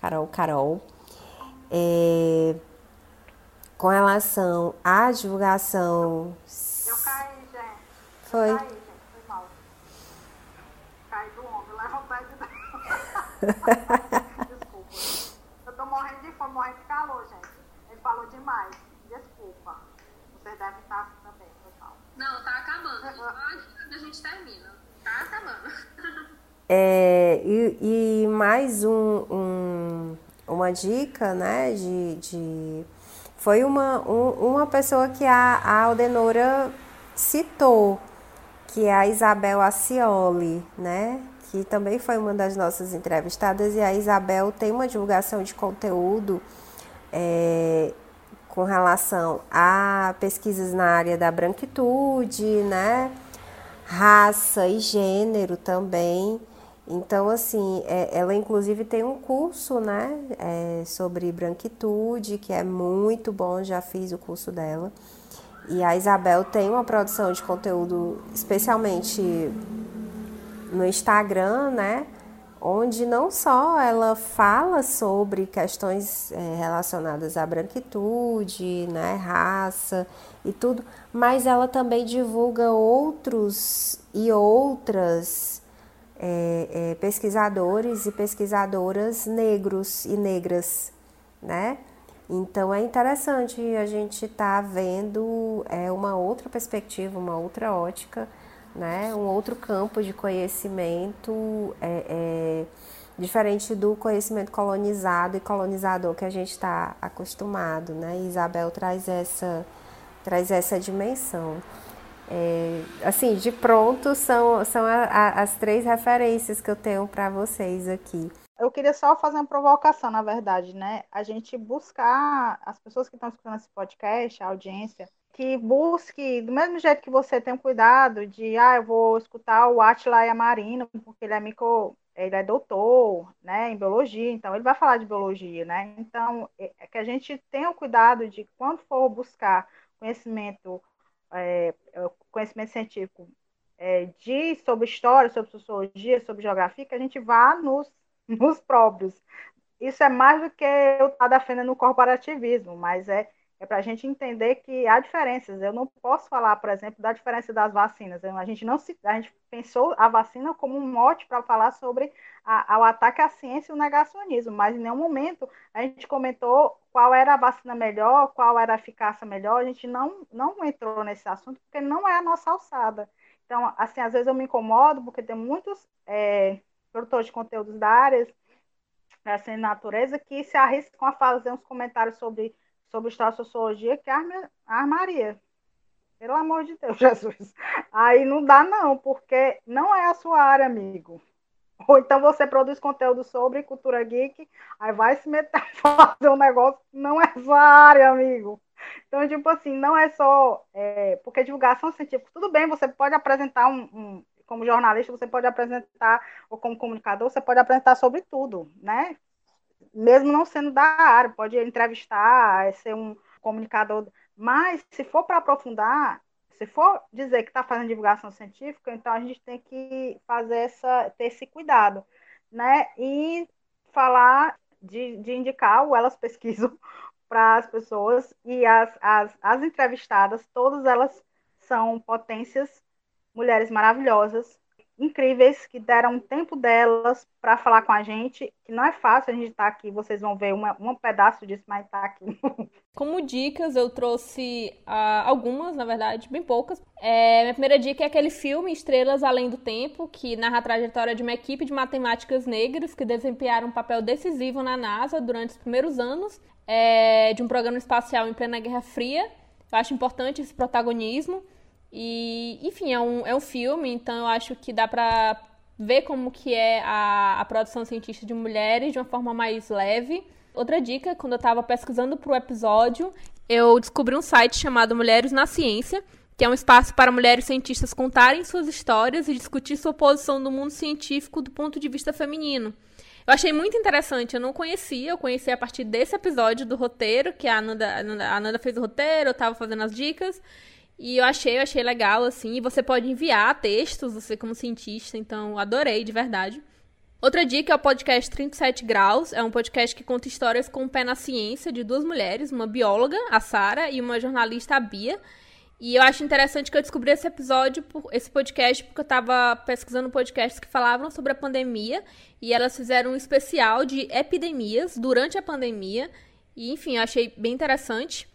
Com relação à divulgação... Eu caí, gente. Foi? Foi mal. Caí do ombro, leva o pé de Desculpa. Eu tô morrendo de fome, morrendo de calor, gente. Ele falou demais. Desculpa. Vocês devem estar assim também, foi mal. Não, tá acabando. A gente termina. Tá acabando. E mais uma dica, né, foi uma pessoa que a Aldenora citou, que é a Isabel Acioli, né, que também foi uma das nossas entrevistadas, e a Isabel tem uma divulgação de conteúdo com relação a pesquisas na área da branquitude, né, raça e gênero também. Então, assim, ela inclusive tem um curso, né, sobre branquitude, que é muito bom, já fiz o curso dela. E a Isabel tem uma produção de conteúdo, especialmente no Instagram, né? Onde não só ela fala sobre questões relacionadas à branquitude, né, raça e tudo, mas ela também divulga outros e outras pesquisadores e pesquisadoras negros e negras, né? Então é interessante a gente estar vendo uma outra perspectiva, uma outra ótica, né? Um outro campo de conhecimento diferente do conhecimento colonizado e colonizador que a gente está acostumado, né? E Isabel traz essa dimensão. Assim, de pronto são as 3 referências que eu tenho para vocês aqui. Eu queria só fazer uma provocação, na verdade, né? A gente buscar, as pessoas que estão escutando esse podcast, a audiência, que busque, do mesmo jeito que você tem o cuidado de, eu vou escutar o Átila Yamarino, porque ele é doutor, né, em biologia, então ele vai falar de biologia, né? Então, que a gente tenha o cuidado de, quando for buscar conhecimento científico sobre história, sobre sociologia, sobre geografia, que a gente vá nos próprios. Isso é mais do que eu estar defendendo o corporativismo, mas é para a gente entender que há diferenças. Eu não posso falar, por exemplo, da diferença das vacinas. A gente pensou a vacina como um mote para falar sobre o ataque à ciência e o negacionismo, mas em nenhum momento a gente comentou qual era a vacina melhor, qual era a eficácia melhor. A gente não entrou nesse assunto porque não é a nossa alçada. Então, assim, às vezes eu me incomodo porque tem muitos produtores de conteúdos da área, assim, natureza, que se arriscam a fazer uns comentários sobre história e sociologia que armaria. Pelo amor de Deus, Jesus. Aí não dá não, porque não é a sua área, amigo. Ou então você produz conteúdo sobre cultura geek, aí vai se meter a fazer um negócio que não é sua área, amigo. Então, tipo assim, não é só... porque divulgação científica, tudo bem, você pode apresentar como jornalista, você pode apresentar, ou como comunicador, você pode apresentar sobre tudo, né? Mesmo não sendo da área, pode ter um comunicador, mas se for para aprofundar, se for dizer que está fazendo divulgação científica, então a gente tem que ter esse cuidado, né? E falar de indicar o Elas Pesquisam para as pessoas, e as entrevistadas, todas elas são potências, mulheres maravilhosas, incríveis, que deram um tempo delas para falar com a gente, que não é fácil a gente estar aqui, vocês vão ver um pedaço disso, mas está aqui. Como dicas, eu trouxe algumas, na verdade, bem poucas. Minha primeira dica é aquele filme Estrelas Além do Tempo, que narra a trajetória de uma equipe de matemáticas negras que desempenharam um papel decisivo na NASA durante os primeiros anos de um programa espacial em plena Guerra Fria. Eu acho importante esse protagonismo. E, enfim, é um filme, então eu acho que dá pra ver como que é a produção científica de mulheres de uma forma mais leve. Outra dica, quando eu estava pesquisando para o episódio, eu descobri um site chamado Mulheres na Ciência, que é um espaço para mulheres cientistas contarem suas histórias e discutir sua posição no mundo científico do ponto de vista feminino. Eu achei muito interessante, eu conheci a partir desse episódio do roteiro, que a Ananda fez o roteiro, eu estava fazendo as dicas. E eu achei legal, assim, e você pode enviar textos, você como cientista, então eu adorei, de verdade. Outra dica é o podcast 37 Graus, é um podcast que conta histórias com o pé na ciência de 2 mulheres, uma bióloga, a Sara, e uma jornalista, a Bia. E eu acho interessante que eu descobri esse podcast, porque eu estava pesquisando podcasts que falavam sobre a pandemia, e elas fizeram um especial de epidemias durante a pandemia, e enfim, eu achei bem interessante.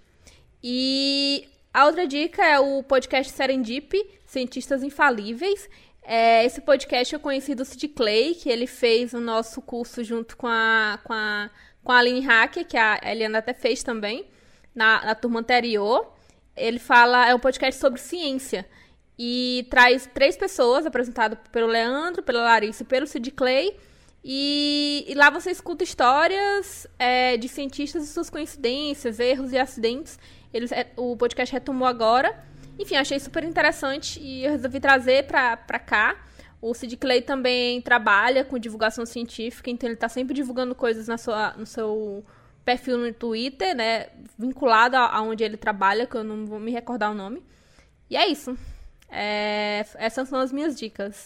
E a outra dica é o podcast Serendip, Cientistas Infalíveis. Esse podcast eu conheci do Sid Clay, que ele fez o nosso curso junto com a Aline Hacker, que a Eliana até fez também, na turma anterior. Ele é um podcast sobre ciência e traz 3 pessoas, apresentado pelo Leandro, pela Larissa e pelo Sid Clay. E lá você escuta histórias de cientistas e suas coincidências, erros e acidentes. O podcast retomou agora. Enfim, achei super interessante e eu resolvi trazer pra cá. O Sid Clay também trabalha com divulgação científica, então ele está sempre divulgando coisas no seu perfil no Twitter, né, vinculado aonde ele trabalha, que eu não vou me recordar o nome. E é isso. Essas são as minhas dicas.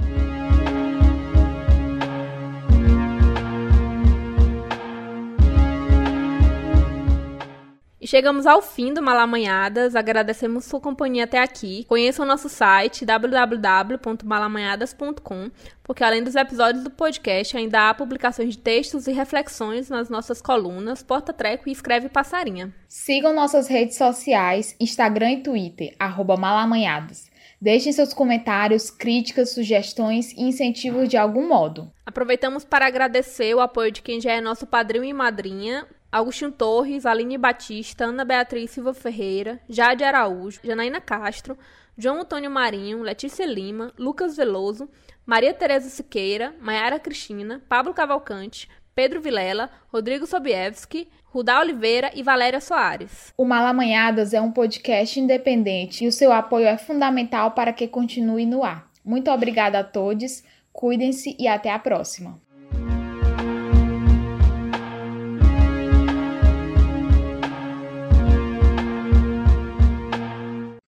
E chegamos ao fim do Malamanhadas, agradecemos sua companhia até aqui. Conheçam o nosso site www.malamanhadas.com, porque além dos episódios do podcast, ainda há publicações de textos e reflexões nas nossas colunas Porta-Treco e Escreve Passarinha. Sigam nossas redes sociais, Instagram e Twitter, @malamanhadas. Deixem seus comentários, críticas, sugestões e incentivos de algum modo. Aproveitamos para agradecer o apoio de quem já é nosso padrinho e madrinha: Agostinho Torres, Aline Batista, Ana Beatriz Silva Ferreira, Jade Araújo, Janaína Castro, João Antônio Marinho, Letícia Lima, Lucas Veloso, Maria Tereza Siqueira, Maiara Cristina, Pablo Cavalcante, Pedro Vilela, Rodrigo Sobiewski, Rudá Oliveira e Valéria Soares. O Malamanhadas é um podcast independente e o seu apoio é fundamental para que continue no ar. Muito obrigada a todos, cuidem-se e até a próxima.